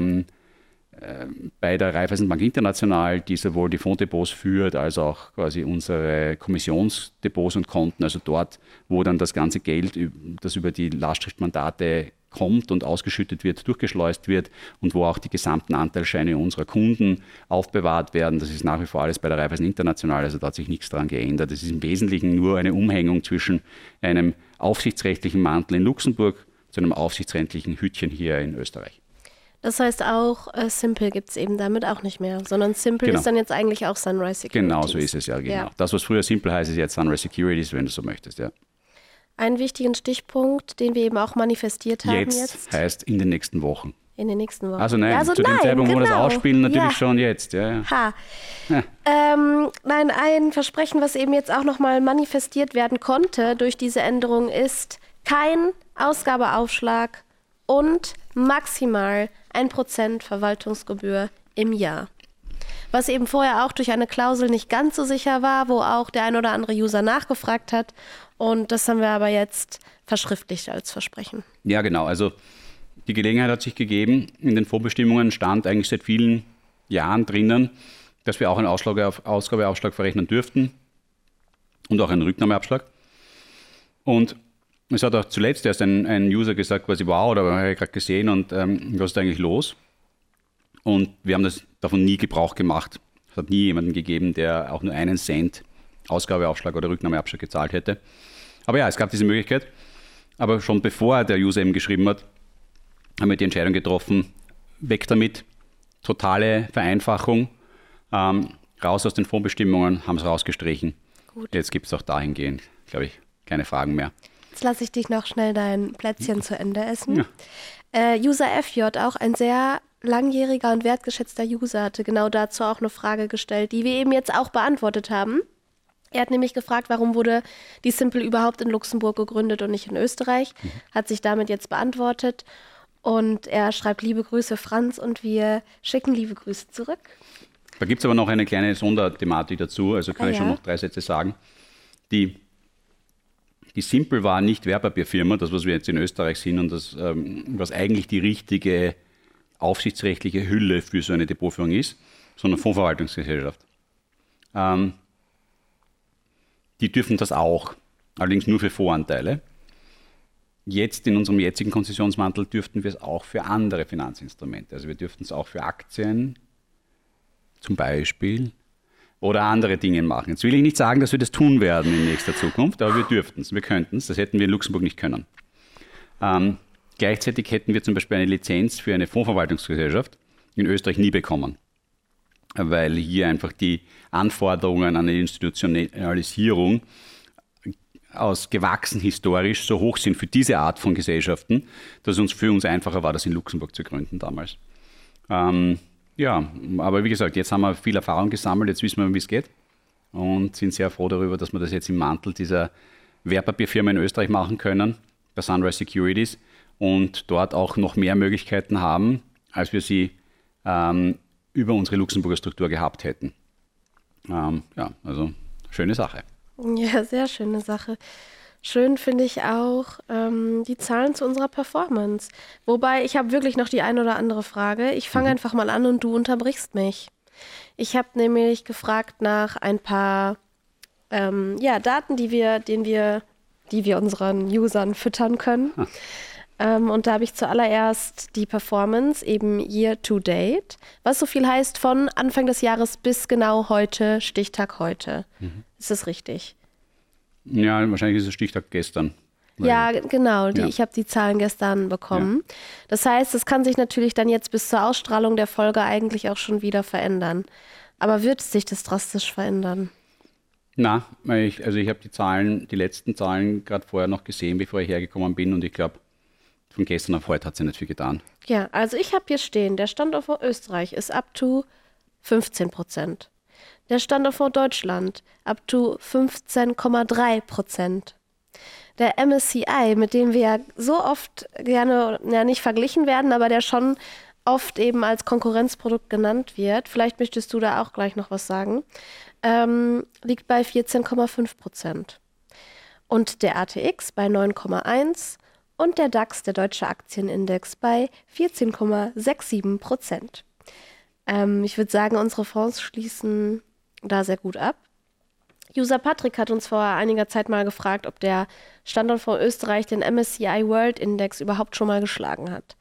bei der Raiffeisenbank International, die sowohl die Fondsdepots führt, als auch quasi unsere Kommissionsdepots und Konten, also dort, wo dann das ganze Geld, das über die Lastschriftmandate kommt und ausgeschüttet wird, durchgeschleust wird und wo auch die gesamten Anteilsscheine unserer Kunden aufbewahrt werden. Das ist nach wie vor alles bei der Raiffeisen International, also da hat sich nichts daran geändert. Das ist im Wesentlichen nur eine Umhängung zwischen einem aufsichtsrechtlichen Mantel in Luxemburg zu einem aufsichtsrechtlichen Hütchen hier in Österreich. Das heißt auch, Simple gibt es eben damit auch nicht mehr, sondern Simple ist dann jetzt eigentlich auch Sunrise Securities. Genau, so ist es ja, genau. Ja. Das, was früher Simple heißt, ist jetzt Sunrise Securities, wenn du so möchtest, ja. Einen wichtigen Stichpunkt, den wir eben auch manifestiert haben jetzt. Heißt in den nächsten Wochen. In den nächsten Wochen. Also nein, zu dem Zeitpunkt, wo wir das ausspielen, natürlich schon jetzt. Ja. Nein, ein Versprechen, was eben jetzt auch nochmal manifestiert werden konnte durch diese Änderung, ist kein Ausgabeaufschlag und maximal 1% Verwaltungsgebühr im Jahr. Was eben vorher auch durch eine Klausel nicht ganz so sicher war, wo auch der ein oder andere User nachgefragt hat. Und das haben wir aber jetzt verschriftlicht als Versprechen. Ja, genau. Also die Gelegenheit hat sich gegeben. In den Vorbestimmungen stand eigentlich seit vielen Jahren drinnen, dass wir auch einen Ausgabeaufschlag verrechnen dürften und auch einen Rücknahmeabschlag. Und es hat auch zuletzt erst ein User gesagt, quasi wow, da habe ich gerade gesehen und was ist eigentlich los? Und wir haben davon nie Gebrauch gemacht. Es hat nie jemanden gegeben, der auch nur einen Cent Ausgabeaufschlag oder Rücknahmeabschlag gezahlt hätte. Aber ja, es gab diese Möglichkeit. Aber schon bevor der User eben geschrieben hat, haben wir die Entscheidung getroffen, weg damit, totale Vereinfachung, raus aus den Fondsbestimmungen, haben es rausgestrichen. Gut. Jetzt gibt es auch dahingehend, glaube ich, keine Fragen mehr. Jetzt lasse ich dich noch schnell dein Plätzchen zu Ende essen. Ja. User FJ, auch ein sehr langjähriger und wertgeschätzter User, hatte genau dazu auch eine Frage gestellt, die wir eben jetzt auch beantwortet haben. Er hat nämlich gefragt, warum wurde die Simple überhaupt in Luxemburg gegründet und nicht in Österreich. Hat sich damit jetzt beantwortet. Und er schreibt, liebe Grüße Franz, und wir schicken liebe Grüße zurück. Da gibt es aber noch eine kleine Sonderthematik dazu, also kann ich schon noch 3 Sätze sagen. Die Simple war nicht Wertpapierfirma, das, was wir jetzt in Österreich sind und das, was eigentlich die richtige aufsichtsrechtliche Hülle für so eine Depotführung ist, sondern Fondsverwaltungsgesellschaft. Die dürfen das auch, allerdings nur für Voranteile. Jetzt in unserem jetzigen Konzessionsmantel dürften wir es auch für andere Finanzinstrumente. Also wir dürften es auch für Aktien zum Beispiel oder andere Dinge machen. Jetzt will ich nicht sagen, dass wir das tun werden in nächster Zukunft, aber wir dürften es, wir könnten es. Das hätten wir in Luxemburg nicht können. Gleichzeitig hätten wir zum Beispiel eine Lizenz für eine Fondsverwaltungsgesellschaft in Österreich nie bekommen, weil hier einfach die Anforderungen an eine Institutionalisierung gewachsen historisch so hoch sind für diese Art von Gesellschaften, dass es für uns einfacher war, das in Luxemburg zu gründen damals. Ja, aber wie gesagt, jetzt haben wir viel Erfahrung gesammelt, jetzt wissen wir, wie es geht und sind sehr froh darüber, dass wir das jetzt im Mantel dieser Wertpapierfirma in Österreich machen können, bei Sunrise Securities, und dort auch noch mehr Möglichkeiten haben, als wir sie über unsere Luxemburger Struktur gehabt hätten. Ja, also schöne Sache. Ja, sehr schöne Sache. Schön finde ich auch die Zahlen zu unserer Performance. Wobei, ich habe wirklich noch die ein oder andere Frage. Ich fange einfach mal an und du unterbrichst mich. Ich habe nämlich gefragt nach ein paar Daten, die wir unseren Usern füttern können. Und da habe ich zuallererst die Performance, eben Year to Date, was so viel heißt von Anfang des Jahres bis genau heute, Stichtag heute. Ist das richtig? Ja, wahrscheinlich ist es Stichtag gestern. Ja, genau. Ich habe die Zahlen gestern bekommen. Ja. Das heißt, es kann sich natürlich dann jetzt bis zur Ausstrahlung der Folge eigentlich auch schon wieder verändern. Aber wird sich das drastisch verändern? Na, ich habe die letzten Zahlen gerade vorher noch gesehen, bevor ich hergekommen bin, und ich glaube, von gestern auf heute hat sich nicht viel getan. Ja, also ich habe hier stehen, der Standort von Österreich ist up to 15%. Der Standort von Deutschland up to 15,3%. Der MSCI, mit dem wir ja so oft gerne, nicht verglichen werden, aber der schon oft eben als Konkurrenzprodukt genannt wird, vielleicht möchtest du da auch gleich noch was sagen, liegt bei 14,5%. Und der ATX bei 9,1% und der DAX, der Deutsche Aktienindex, bei 14,67%. Ich würde sagen, unsere Fonds schließen da sehr gut ab. User Patrick hat uns vor einiger Zeit mal gefragt, ob der Standortfonds Österreich den MSCI World Index überhaupt schon mal geschlagen hat.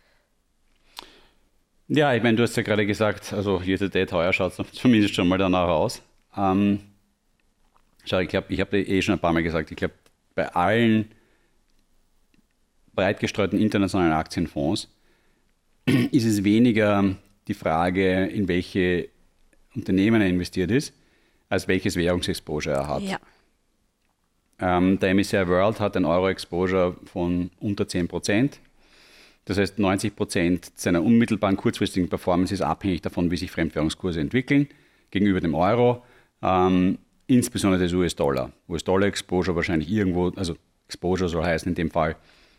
Ja, ich meine, du hast ja gerade gesagt, also year-to-date heuer schaut es zumindest schon mal danach aus. Schau, ich habe schon ein paar Mal gesagt, ich glaube, bei allen breit gestreuten internationalen Aktienfonds ist es weniger die Frage, in welche Unternehmen er investiert ist, als welches Währungsexposure er hat. Ja. Der MSCI World hat ein Euro-Exposure von unter 10%. Das heißt, 90% seiner unmittelbaren kurzfristigen Performance ist abhängig davon, wie sich Fremdwährungskurse entwickeln gegenüber dem Euro, insbesondere des US-Dollar. US-Dollar-Exposure wahrscheinlich irgendwo, also Exposure soll heißen in dem Fall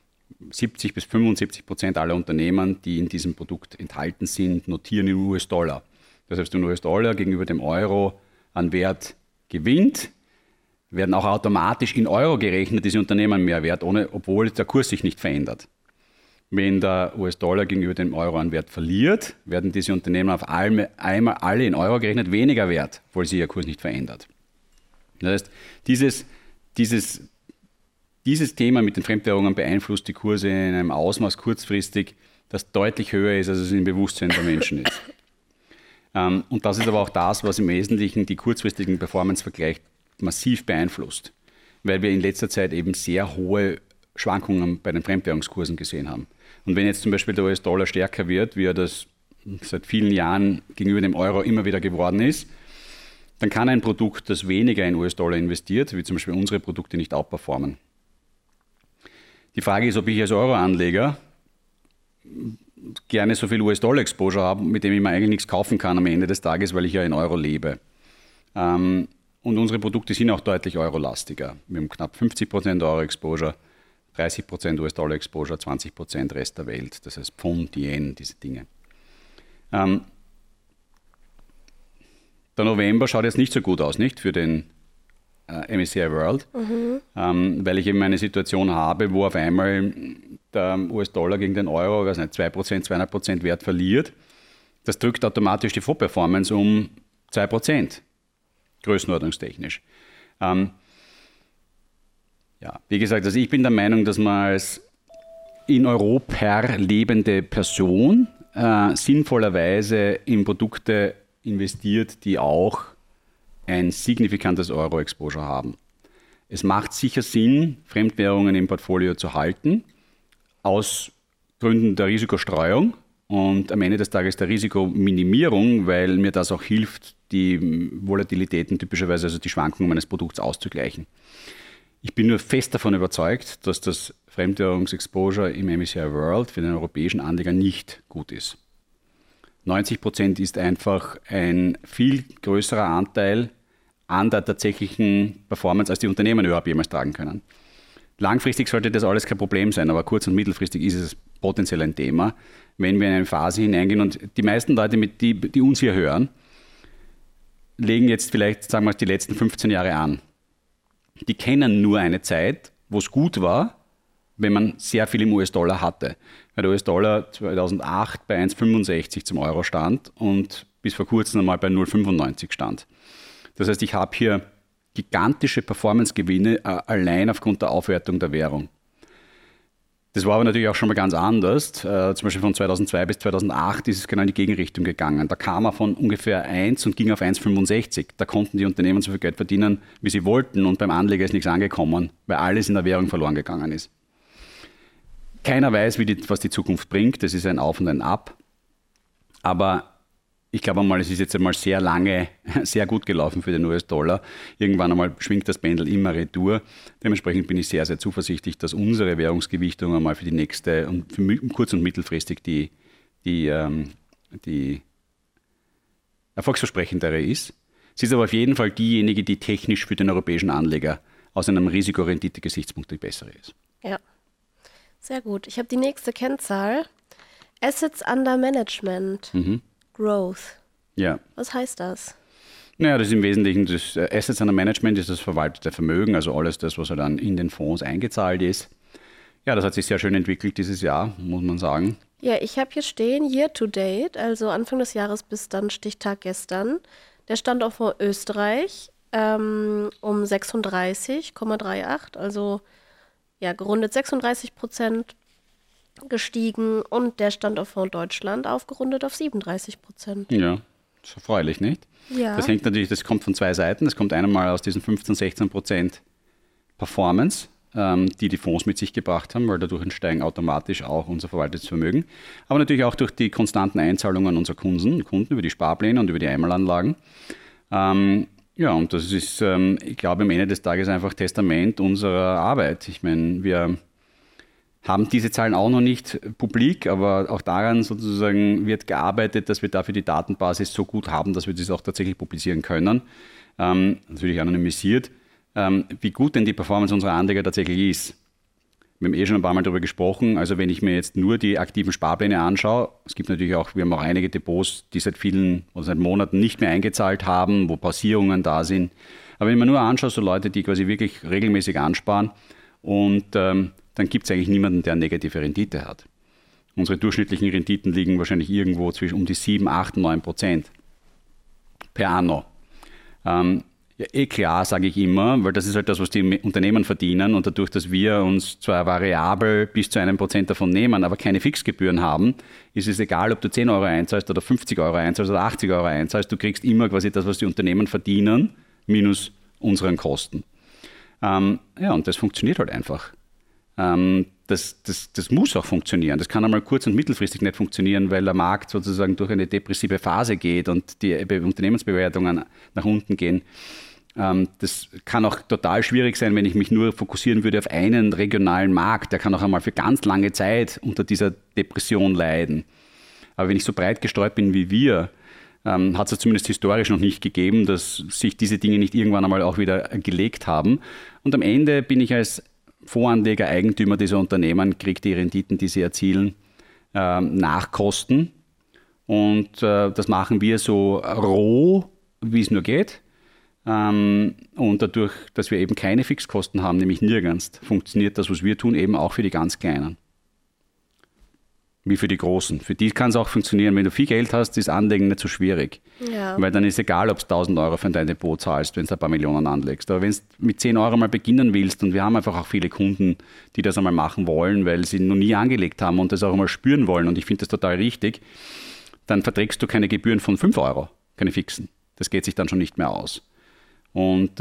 70-75% aller Unternehmen, die in diesem Produkt enthalten sind, notieren in US-Dollar. Das heißt, wenn US-Dollar gegenüber dem Euro an Wert gewinnt, werden auch automatisch in Euro gerechnet diese Unternehmen mehr wert, obwohl der Kurs sich nicht verändert. Wenn der US-Dollar gegenüber dem Euro an Wert verliert, werden diese Unternehmen auf einmal alle in Euro gerechnet weniger wert, obwohl sich ihr Kurs nicht verändert. Das heißt, dieses Thema mit den Fremdwährungen beeinflusst die Kurse in einem Ausmaß kurzfristig, das deutlich höher ist, als es im Bewusstsein der Menschen ist. Und das ist aber auch das, was im Wesentlichen die kurzfristigen Performance-Vergleich massiv beeinflusst, weil wir in letzter Zeit eben sehr hohe Schwankungen bei den Fremdwährungskursen gesehen haben. Und wenn jetzt zum Beispiel der US-Dollar stärker wird, wie er das seit vielen Jahren gegenüber dem Euro immer wieder geworden ist, dann kann ein Produkt, das weniger in US-Dollar investiert, wie zum Beispiel unsere Produkte, nicht outperformen. Die Frage ist, ob ich als Euro-Anleger gerne so viel US-Dollar-Exposure habe, mit dem ich mir eigentlich nichts kaufen kann am Ende des Tages, weil ich ja in Euro lebe. Und unsere Produkte sind auch deutlich eurolastiger. Wir haben knapp 50% Euro-Exposure, 30% US-Dollar-Exposure, 20% Rest der Welt. Das heißt Pfund, Yen, diese Dinge. Der November schaut jetzt nicht so gut aus, nicht? Für den MSCI World, weil ich eben eine Situation habe, wo auf einmal der US-Dollar gegen den Euro, weiß nicht, 2%, 2,5% Wert verliert. Das drückt automatisch die Vorperformance um 2%, größenordnungstechnisch. Ja, wie gesagt, also ich bin der Meinung, dass man als in Europa lebende Person sinnvollerweise in Produkte investiert, die auch ein signifikantes Euro-Exposure haben. Es macht sicher Sinn, Fremdwährungen im Portfolio zu halten, aus Gründen der Risikostreuung und am Ende des Tages der Risikominimierung, weil mir das auch hilft, die Volatilitäten, typischerweise also die Schwankungen meines Produkts auszugleichen. Ich bin nur fest davon überzeugt, dass das Fremdwährungsexposure im MSCI World für den europäischen Anleger nicht gut ist. 90% ist einfach ein viel größerer Anteil an der tatsächlichen Performance, als die Unternehmen überhaupt jemals tragen können. Langfristig sollte das alles kein Problem sein, aber kurz- und mittelfristig ist es potenziell ein Thema, wenn wir in eine Phase hineingehen. Und die meisten Leute, die uns hier hören, legen jetzt vielleicht, sagen wir mal, die letzten 15 Jahre an. Die kennen nur eine Zeit, wo es gut war, wenn man sehr viel im US-Dollar hatte. Weil der US-Dollar 2008 bei 1,65 zum Euro stand und bis vor kurzem einmal bei 0,95 stand. Das heißt, ich habe hier gigantische Performance-Gewinne allein aufgrund der Aufwertung der Währung. Das war aber natürlich auch schon mal ganz anders. Zum Beispiel von 2002 bis 2008 ist es genau in die Gegenrichtung gegangen. Da kam er von ungefähr 1 und ging auf 1,65. Da konnten die Unternehmen so viel Geld verdienen, wie sie wollten, und beim Anleger ist nichts angekommen, weil alles in der Währung verloren gegangen ist. Keiner weiß, was die Zukunft bringt. Das ist ein Auf und ein Ab. Aber ich glaube einmal, es ist jetzt einmal sehr lange, sehr gut gelaufen für den US-Dollar. Irgendwann einmal schwingt das Pendel immer retour. Dementsprechend bin ich sehr, sehr zuversichtlich, dass unsere Währungsgewichtung einmal für die nächste und für kurz- und mittelfristig die erfolgsversprechendere ist. Sie ist aber auf jeden Fall diejenige, die technisch für den europäischen Anleger aus einem Risikorendite-Gesichtspunkt die bessere ist. Ja, sehr gut. Ich habe die nächste Kennzahl. Assets under Management, Growth. Ja. Was heißt das? Naja, das ist im Wesentlichen das Assets under Management, ist das verwaltete Vermögen, also alles das, was dann in den Fonds eingezahlt ist. Ja, das hat sich sehr schön entwickelt dieses Jahr, muss man sagen. Ja, ich habe hier stehen, year to date, also Anfang des Jahres bis dann Stichtag gestern, der Standortfonds Österreich um 36,38, also ja, gerundet 36% gestiegen und der Standortfonds Deutschland aufgerundet auf 37%. Ja, ist erfreulich, nicht? Ja. Das hängt natürlich, das kommt von zwei Seiten. Das kommt einmal aus diesen 15-16% Performance, die Fonds mit sich gebracht haben, weil dadurch entsteigen automatisch auch unser verwaltetes Vermögen. Aber natürlich auch durch die konstanten Einzahlungen unserer Kunden über die Sparpläne und über die Einmalanlagen. Ja, und das ist, ich glaube, am Ende des Tages einfach Testament unserer Arbeit. Ich meine, wir haben diese Zahlen auch noch nicht publik, aber auch daran sozusagen wird gearbeitet, dass wir dafür die Datenbasis so gut haben, dass wir das auch tatsächlich publizieren können. Natürlich anonymisiert. Wie gut denn die Performance unserer Anleger tatsächlich ist. Wir haben schon ein paar Mal darüber gesprochen. Also wenn ich mir jetzt nur die aktiven Sparpläne anschaue, es gibt natürlich auch, wir haben auch einige Depots, die seit Monaten nicht mehr eingezahlt haben, wo Pausierungen da sind. Aber wenn ich mir nur anschaue, so Leute, die quasi wirklich regelmäßig ansparen und dann gibt es eigentlich niemanden, der eine negative Rendite hat. Unsere durchschnittlichen Renditen liegen wahrscheinlich irgendwo zwischen um die 7, 8, 9% per anno. Ja, klar, sage ich immer, weil das ist halt das, was die Unternehmen verdienen und dadurch, dass wir uns zwar variabel bis zu 1% davon nehmen, aber keine Fixgebühren haben, ist es egal, ob du 10 Euro einzahlst oder 50 Euro einzahlst oder 80 Euro einzahlst, du kriegst immer quasi das, was die Unternehmen verdienen, minus unseren Kosten. Ja, und das funktioniert halt einfach. Das muss auch funktionieren. Das kann einmal kurz- und mittelfristig nicht funktionieren, weil der Markt sozusagen durch eine depressive Phase geht und die Unternehmensbewertungen nach unten gehen. Das kann auch total schwierig sein, wenn ich mich nur fokussieren würde auf einen regionalen Markt. Der kann auch einmal für ganz lange Zeit unter dieser Depression leiden. Aber wenn ich so breit gestreut bin wie wir, hat es zumindest historisch noch nicht gegeben, dass sich diese Dinge nicht irgendwann einmal auch wieder gelegt haben. Und am Ende bin ich als Fondsanleger, Eigentümer dieser Unternehmen, kriege die Renditen, die sie erzielen, nach Kosten. Und das machen wir so roh, wie es nur geht. Und dadurch, dass wir eben keine Fixkosten haben, nämlich nirgends, funktioniert das, was wir tun, eben auch für die ganz Kleinen. Wie für die Großen. Für die kann es auch funktionieren. Wenn du viel Geld hast, ist Anlegen nicht so schwierig. Ja. Weil dann ist egal, ob du 1.000 Euro für dein Depot zahlst, wenn du ein paar Millionen anlegst. Aber wenn du mit 10 Euro mal beginnen willst, und wir haben einfach auch viele Kunden, die das einmal machen wollen, weil sie noch nie angelegt haben und das auch einmal spüren wollen, und ich finde das total richtig, dann verträgst du keine Gebühren von 5 Euro, keine fixen. Das geht sich dann schon nicht mehr aus. Und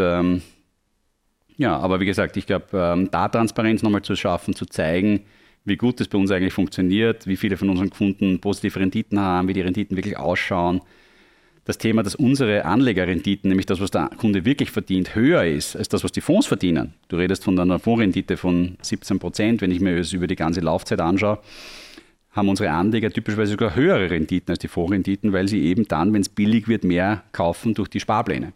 ja, aber wie gesagt, ich glaube, da Transparenz nochmal zu schaffen, zu zeigen, wie gut das bei uns eigentlich funktioniert, wie viele von unseren Kunden positive Renditen haben, wie die Renditen wirklich ausschauen. Das Thema, dass unsere Anlegerrenditen, nämlich das, was der Kunde wirklich verdient, höher ist als das, was die Fonds verdienen. Du redest von einer Fondsrendite von 17%, wenn ich mir das über die ganze Laufzeit anschaue, haben unsere Anleger typischerweise sogar höhere Renditen als die Fondsrenditen, weil sie eben dann, wenn es billig wird, mehr kaufen durch die Sparpläne.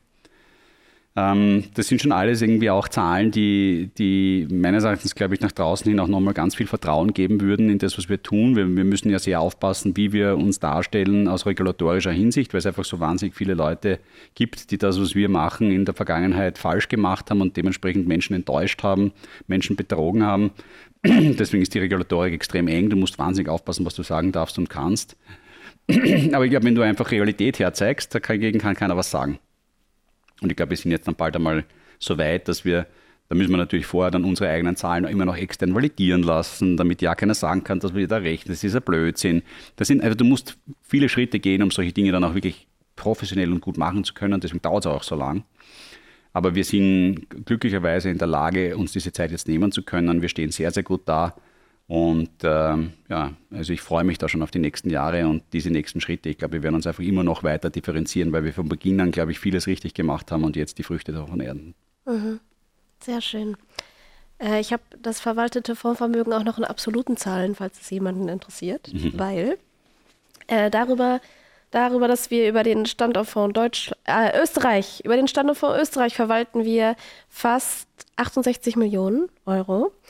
Das sind schon alles irgendwie auch Zahlen, die meines Erachtens, glaube ich, nach draußen hin auch nochmal ganz viel Vertrauen geben würden in das, was wir tun. Wir müssen ja sehr aufpassen, wie wir uns darstellen aus regulatorischer Hinsicht, weil es einfach so wahnsinnig viele Leute gibt, die das, was wir machen, in der Vergangenheit falsch gemacht haben und dementsprechend Menschen enttäuscht haben, Menschen betrogen haben. Deswegen ist die Regulatorik extrem eng. Du musst wahnsinnig aufpassen, was du sagen darfst und kannst. Aber ich glaube, wenn du einfach Realität herzeigst, dagegen kann keiner was sagen. Und ich glaube, wir sind jetzt dann bald einmal so weit, dass da müssen wir natürlich vorher dann unsere eigenen Zahlen immer noch extern validieren lassen, damit ja keiner sagen kann, dass wir da rechnen. Das ist ein Blödsinn. Also du musst viele Schritte gehen, um solche Dinge dann auch wirklich professionell und gut machen zu können. Deswegen dauert es auch so lang. Aber wir sind glücklicherweise in der Lage, uns diese Zeit jetzt nehmen zu können. Wir stehen sehr, sehr gut da. Und ja, also ich freue mich da schon auf die nächsten Jahre und diese nächsten Schritte. Ich glaube, wir werden uns einfach immer noch weiter differenzieren, weil wir von Beginn an, glaube ich, vieles richtig gemacht haben und jetzt die Früchte davon ernten. Mhm. Sehr schön. Ich habe das verwaltete Fondsvermögen auch noch in absoluten Zahlen, falls es jemanden interessiert, weil darüber, dass wir über den Standortfonds Österreich, über den Standortfonds Österreich verwalten wir fast 68 Millionen Euro.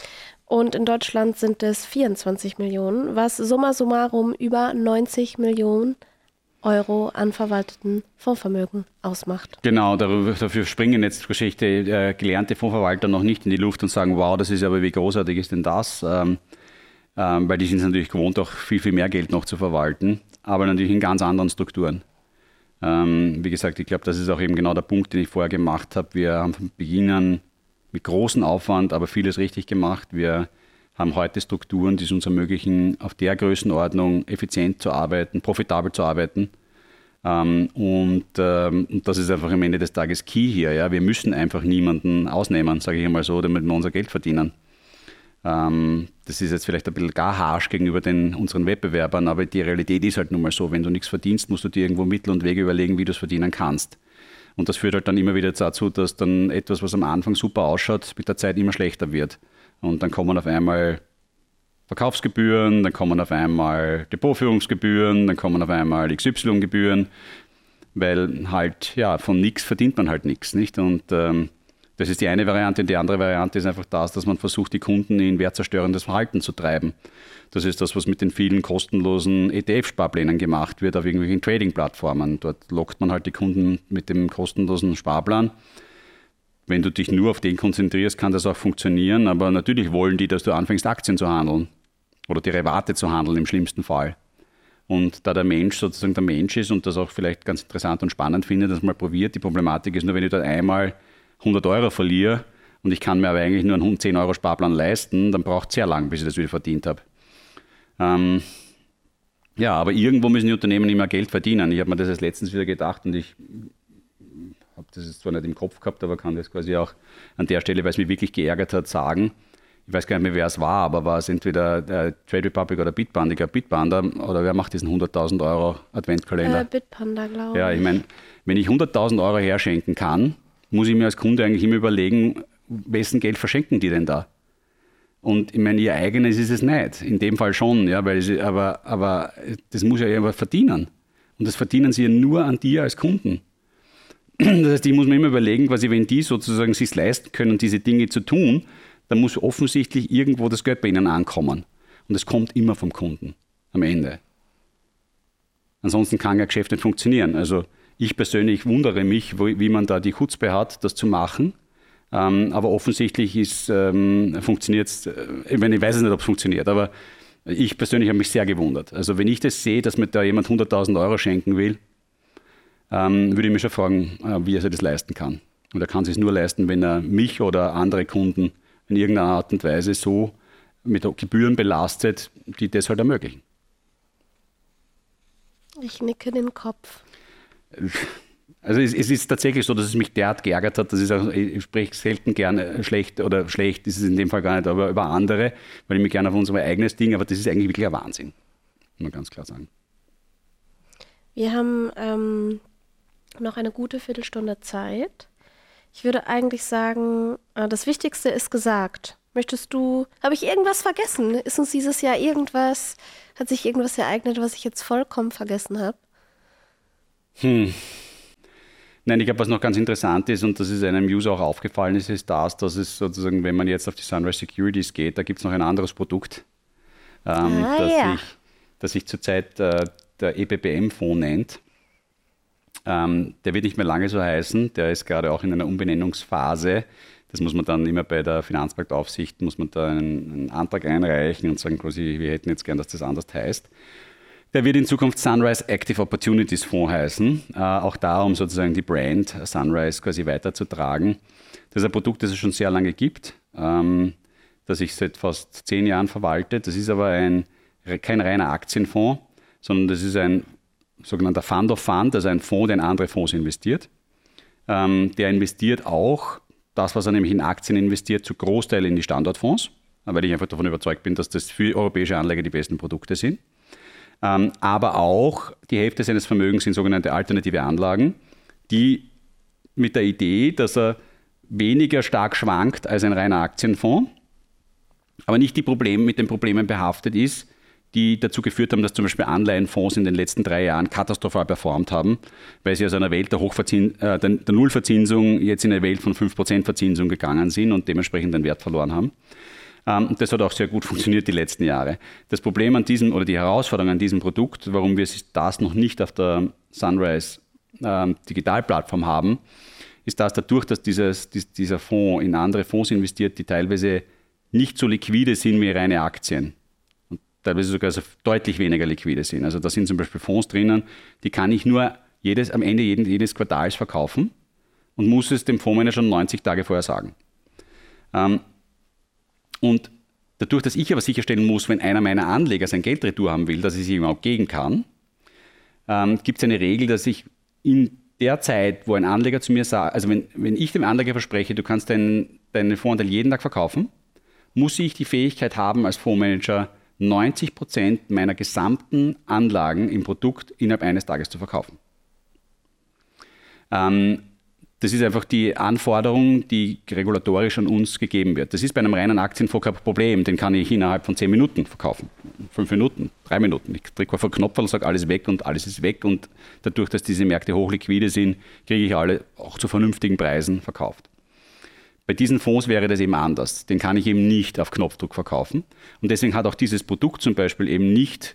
Und in Deutschland sind es 24 Millionen, was summa summarum über 90 Millionen Euro an verwalteten Fondsvermögen ausmacht. Genau, dafür springen jetzt Geschichte gelernte Fondsverwalter noch nicht in die Luft und sagen, wow, das ist aber, wie großartig ist denn das? Weil die sind es natürlich gewohnt, auch viel, viel mehr Geld noch zu verwalten, aber natürlich in ganz anderen Strukturen. Wie gesagt, ich glaube, das ist auch eben genau der Punkt, den ich vorher gemacht habe. Wir haben von Beginn an mit großem Aufwand, aber vieles richtig gemacht. Wir haben heute Strukturen, die es uns ermöglichen, auf der Größenordnung effizient zu arbeiten, profitabel zu arbeiten. Und das ist einfach am Ende des Tages key hier. Ja? Wir müssen einfach niemanden ausnehmen, sage ich einmal so, damit wir unser Geld verdienen. Das ist jetzt vielleicht ein bisschen gar harsch gegenüber unseren Wettbewerbern, aber die Realität ist halt nun mal so, wenn du nichts verdienst, musst du dir irgendwo Mittel und Wege überlegen, wie du es verdienen kannst. Und das führt halt dann immer wieder dazu, dass dann etwas, was am Anfang super ausschaut, mit der Zeit immer schlechter wird. Und dann kommen auf einmal Verkaufsgebühren, dann kommen auf einmal Depotführungsgebühren, dann kommen auf einmal XY-Gebühren, weil halt, ja, von nichts verdient man halt nichts, nicht? Und das ist die eine Variante. Und die andere Variante ist einfach das, dass man versucht, die Kunden in wertzerstörendes Verhalten zu treiben. Das ist das, was mit den vielen kostenlosen ETF-Sparplänen gemacht wird auf irgendwelchen Trading-Plattformen. Dort lockt man halt die Kunden mit dem kostenlosen Sparplan. Wenn du dich nur auf den konzentrierst, kann das auch funktionieren. Aber natürlich wollen die, dass du anfängst, Aktien zu handeln oder Derivate zu handeln im schlimmsten Fall. Und da der Mensch sozusagen der Mensch ist und das auch vielleicht ganz interessant und spannend findet, dass man mal probiert, die Problematik ist nur, wenn ich dort einmal 100 Euro verliere und ich kann mir aber eigentlich nur einen 10 Euro Sparplan leisten, dann braucht es sehr lang, bis ich das wieder verdient habe. Ja, aber irgendwo müssen die Unternehmen immer Geld verdienen. Ich habe mir das jetzt letztens wieder gedacht und ich habe das jetzt zwar nicht im Kopf gehabt, aber kann das quasi auch an der Stelle, weil es mich wirklich geärgert hat, sagen. Ich weiß gar nicht mehr, wer es war, aber war es entweder Trade Republic oder Bitpanda? Ich glaube Bitpanda, oder wer macht diesen 100.000 Euro Adventkalender? Bitpanda, glaube ich. Ja, ich meine, wenn ich 100.000 Euro herschenken kann, muss ich mir als Kunde eigentlich immer überlegen, wessen Geld verschenken die denn da? Und ich meine, ihr eigenes ist es nicht. In dem Fall schon, ja, aber das muss ja irgendwas verdienen. Und das verdienen sie ja nur an dir als Kunden. Das heißt, ich muss mir immer überlegen, quasi, wenn die sozusagen sich leisten können, diese Dinge zu tun, dann muss offensichtlich irgendwo das Geld bei ihnen ankommen. Und es kommt immer vom Kunden am Ende. Ansonsten kann ja Geschäft nicht funktionieren. Also ich persönlich wundere mich, wie man da die Chutzpe hat, das zu machen. Aber offensichtlich funktioniert es, ich weiß es nicht, ob es funktioniert, aber ich persönlich habe mich sehr gewundert. Also wenn ich das sehe, dass mir da jemand 100.000 Euro schenken will, würde ich mich schon fragen, wie er sich das leisten kann. Und er kann es sich nur leisten, wenn er mich oder andere Kunden in irgendeiner Art und Weise so mit Gebühren belastet, die das halt ermöglichen. Ich nicke den Kopf. Also es ist tatsächlich so, dass es mich derart geärgert hat, ich spreche selten gerne schlecht oder schlecht, ist es in dem Fall gar nicht, aber über andere, weil ich mich gerne auf unser eigenes Ding, aber das ist eigentlich wirklich ein Wahnsinn, muss man ganz klar sagen. Wir haben noch eine gute Viertelstunde Zeit. Ich würde eigentlich sagen, das Wichtigste ist gesagt. Habe ich irgendwas vergessen? Ist uns dieses Jahr hat sich irgendwas ereignet, was ich jetzt vollkommen vergessen habe? Nein, ich glaube, was noch ganz interessant ist und das ist einem User auch aufgefallen ist dass es sozusagen, wenn man jetzt auf die Sunrise Securities geht, da gibt es noch ein anderes Produkt, das sich zurzeit der EBBM-Fonds nennt. Der wird nicht mehr lange so heißen, der ist gerade auch in einer Umbenennungsphase. Das muss man dann immer bei der Finanzmarktaufsicht, muss man da einen Antrag einreichen und sagen quasi, wir hätten jetzt gern, dass das anders heißt. Der wird in Zukunft Sunrise Active Opportunities Fonds heißen, auch da, um sozusagen die Brand Sunrise quasi weiterzutragen. Das ist ein Produkt, das es schon sehr lange gibt, das ich seit fast 10 Jahren verwalte. Das ist aber kein reiner Aktienfonds, sondern das ist ein sogenannter Fund of Fund, also ein Fonds, der in andere Fonds investiert. Der investiert auch das, was er nämlich in Aktien investiert, zu Großteil in die Standortfonds, weil ich einfach davon überzeugt bin, dass das für europäische Anleger die besten Produkte sind. Aber auch die Hälfte seines Vermögens sind sogenannte alternative Anlagen, die mit der Idee, dass er weniger stark schwankt als ein reiner Aktienfonds, aber nicht mit den Problemen behaftet ist, die dazu geführt haben, dass zum Beispiel Anleihenfonds in den letzten 3 Jahren katastrophal performt haben, weil sie aus einer Welt der Nullverzinsung jetzt in eine Welt von 5% Verzinsung gegangen sind und dementsprechend den Wert verloren haben. Und das hat auch sehr gut funktioniert die letzten Jahre. Das Problem an diesem oder die Herausforderung an diesem Produkt, warum wir das noch nicht auf der Sunrise Digitalplattform haben, ist, dass dadurch, dass dieser Fonds in andere Fonds investiert, die teilweise nicht so liquide sind wie reine Aktien. Und teilweise sogar deutlich weniger liquide sind. Also da sind zum Beispiel Fonds drinnen, die kann ich nur am Ende jedes Quartals verkaufen und muss es dem Fondsmanager 90 Tage vorher sagen. Und dadurch, dass ich aber sicherstellen muss, wenn einer meiner Anleger sein Geld retour haben will, dass ich es ihm auch geben kann, gibt es eine Regel, dass ich in der Zeit, wo ein Anleger zu mir sagt, also wenn ich dem Anleger verspreche, du kannst deinen Fondsanteil jeden Tag verkaufen, muss ich die Fähigkeit haben, als Fondsmanager 90% meiner gesamten Anlagen im Produkt innerhalb eines Tages zu verkaufen. Das ist einfach die Anforderung, die regulatorisch an uns gegeben wird. Das ist bei einem reinen Aktienfonds kein Problem, den kann ich innerhalb von 10 Minuten verkaufen. 5 Minuten, 3 Minuten. Ich drücke auf einen Knopf und sage, alles weg und alles ist weg. Und dadurch, dass diese Märkte hochliquide sind, kriege ich alle auch zu vernünftigen Preisen verkauft. Bei diesen Fonds wäre das eben anders. Den kann ich eben nicht auf Knopfdruck verkaufen. Und deswegen hat auch dieses Produkt zum Beispiel eben nicht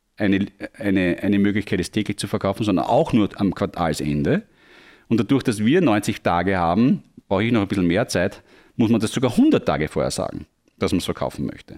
eine Möglichkeit, es täglich zu verkaufen, sondern auch nur am Quartalsende. Und dadurch, dass wir 90 Tage haben, brauche ich noch ein bisschen mehr Zeit, muss man das sogar 100 Tage vorher sagen, dass man es verkaufen möchte.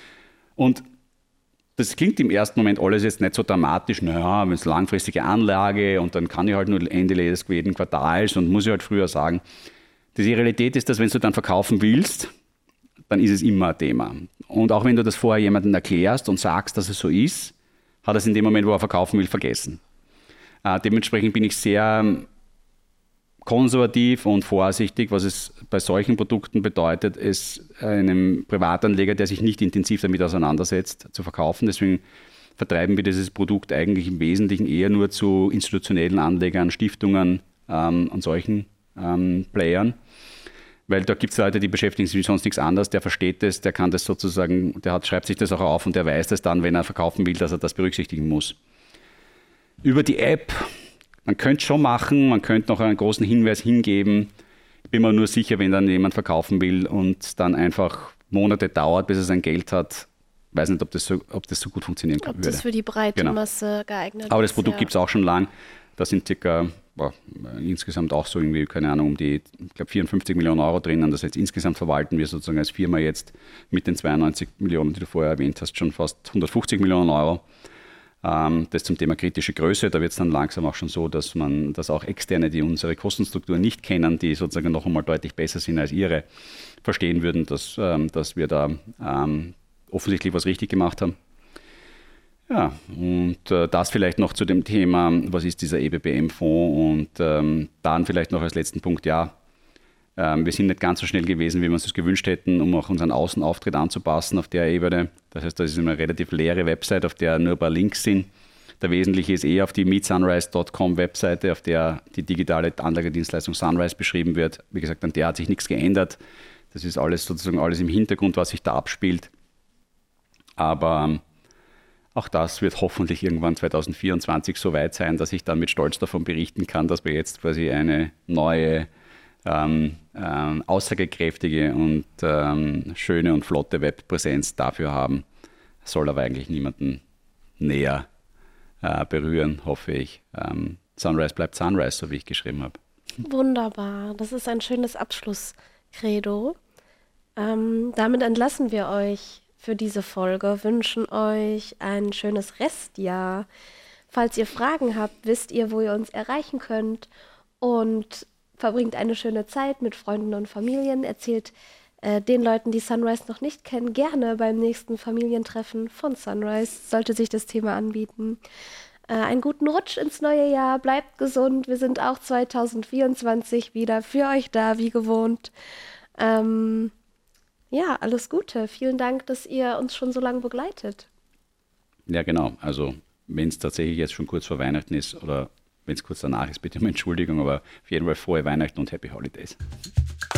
Und das klingt im ersten Moment alles jetzt nicht so dramatisch, naja, wenn es langfristige Anlage und dann kann ich halt nur Ende jeden Quartals und muss ich halt früher sagen. Die Realität ist, dass wenn du dann verkaufen willst, dann ist es immer ein Thema. Und auch wenn du das vorher jemandem erklärst und sagst, dass es so ist, hat er es in dem Moment, wo er verkaufen will, vergessen. Dementsprechend bin ich sehr konservativ und vorsichtig, was es bei solchen Produkten bedeutet, es einem Privatanleger, der sich nicht intensiv damit auseinandersetzt, zu verkaufen. Deswegen vertreiben wir dieses Produkt eigentlich im Wesentlichen eher nur zu institutionellen Anlegern, Stiftungen und solchen Playern. Weil da gibt es Leute, die beschäftigen sich mit sonst nichts anderes, der versteht das, der kann das sozusagen, schreibt sich das auch auf und der weiß das dann, wenn er verkaufen will, dass er das berücksichtigen muss. Über die App, man könnte es schon machen, man könnte noch einen großen Hinweis hingeben. Ich bin mir nur sicher, wenn dann jemand verkaufen will und dann einfach Monate dauert, bis er sein Geld hat, weiß nicht, ob das so gut funktionieren würde. Ob das für die breite Masse geeignet ist. Aber das Produkt gibt es auch schon lang. Da sind insgesamt auch so irgendwie, keine Ahnung, um die, ich glaube 54 Millionen Euro drinnen. Das heißt, insgesamt verwalten wir sozusagen als Firma jetzt mit den 92 Millionen, die du vorher erwähnt hast, schon fast 150 Millionen Euro. Das zum Thema kritische Größe. Da wird es dann langsam auch schon so, dass auch Externe, die unsere Kostenstruktur nicht kennen, die sozusagen noch einmal deutlich besser sind als ihre, verstehen würden, dass wir da offensichtlich was richtig gemacht haben. Ja, und das vielleicht noch zu dem Thema, was ist dieser EBBM-Fonds und dann vielleicht noch als letzten Punkt, ja, wir sind nicht ganz so schnell gewesen, wie wir uns das gewünscht hätten, um auch unseren Außenauftritt anzupassen auf der Ebene. Das heißt, das ist eine relativ leere Website, auf der nur ein paar Links sind. Der Wesentliche ist auf die meetsunrise.com Webseite, auf der die digitale Anlagedienstleistung Sunrise beschrieben wird. Wie gesagt, an der hat sich nichts geändert. Das ist alles im Hintergrund, was sich da abspielt. Aber auch das wird hoffentlich irgendwann 2024 so weit sein, dass ich dann mit Stolz davon berichten kann, dass wir jetzt quasi eine neue, aussagekräftige und schöne und flotte Webpräsenz dafür haben. Soll aber eigentlich niemanden näher berühren, hoffe ich. Sunrise bleibt Sunrise, so wie ich geschrieben habe. Wunderbar, das ist ein schönes Abschlusskredo. Damit entlassen wir euch für diese Folge, wünschen euch ein schönes Restjahr. Falls ihr Fragen habt, wisst ihr, wo ihr uns erreichen könnt und verbringt eine schöne Zeit mit Freunden und Familien. Erzählt den Leuten, die Sunrise noch nicht kennen, gerne beim nächsten Familientreffen von Sunrise, sollte sich das Thema anbieten. Einen guten Rutsch ins neue Jahr, bleibt gesund. Wir sind auch 2024 wieder für euch da, wie gewohnt. Ja, alles Gute. Vielen Dank, dass ihr uns schon so lange begleitet. Ja, genau. Also wenn es tatsächlich jetzt schon kurz vor Weihnachten ist oder wenn es kurz danach ist, bitte um Entschuldigung, aber auf jeden Fall frohe Weihnachten und Happy Holidays.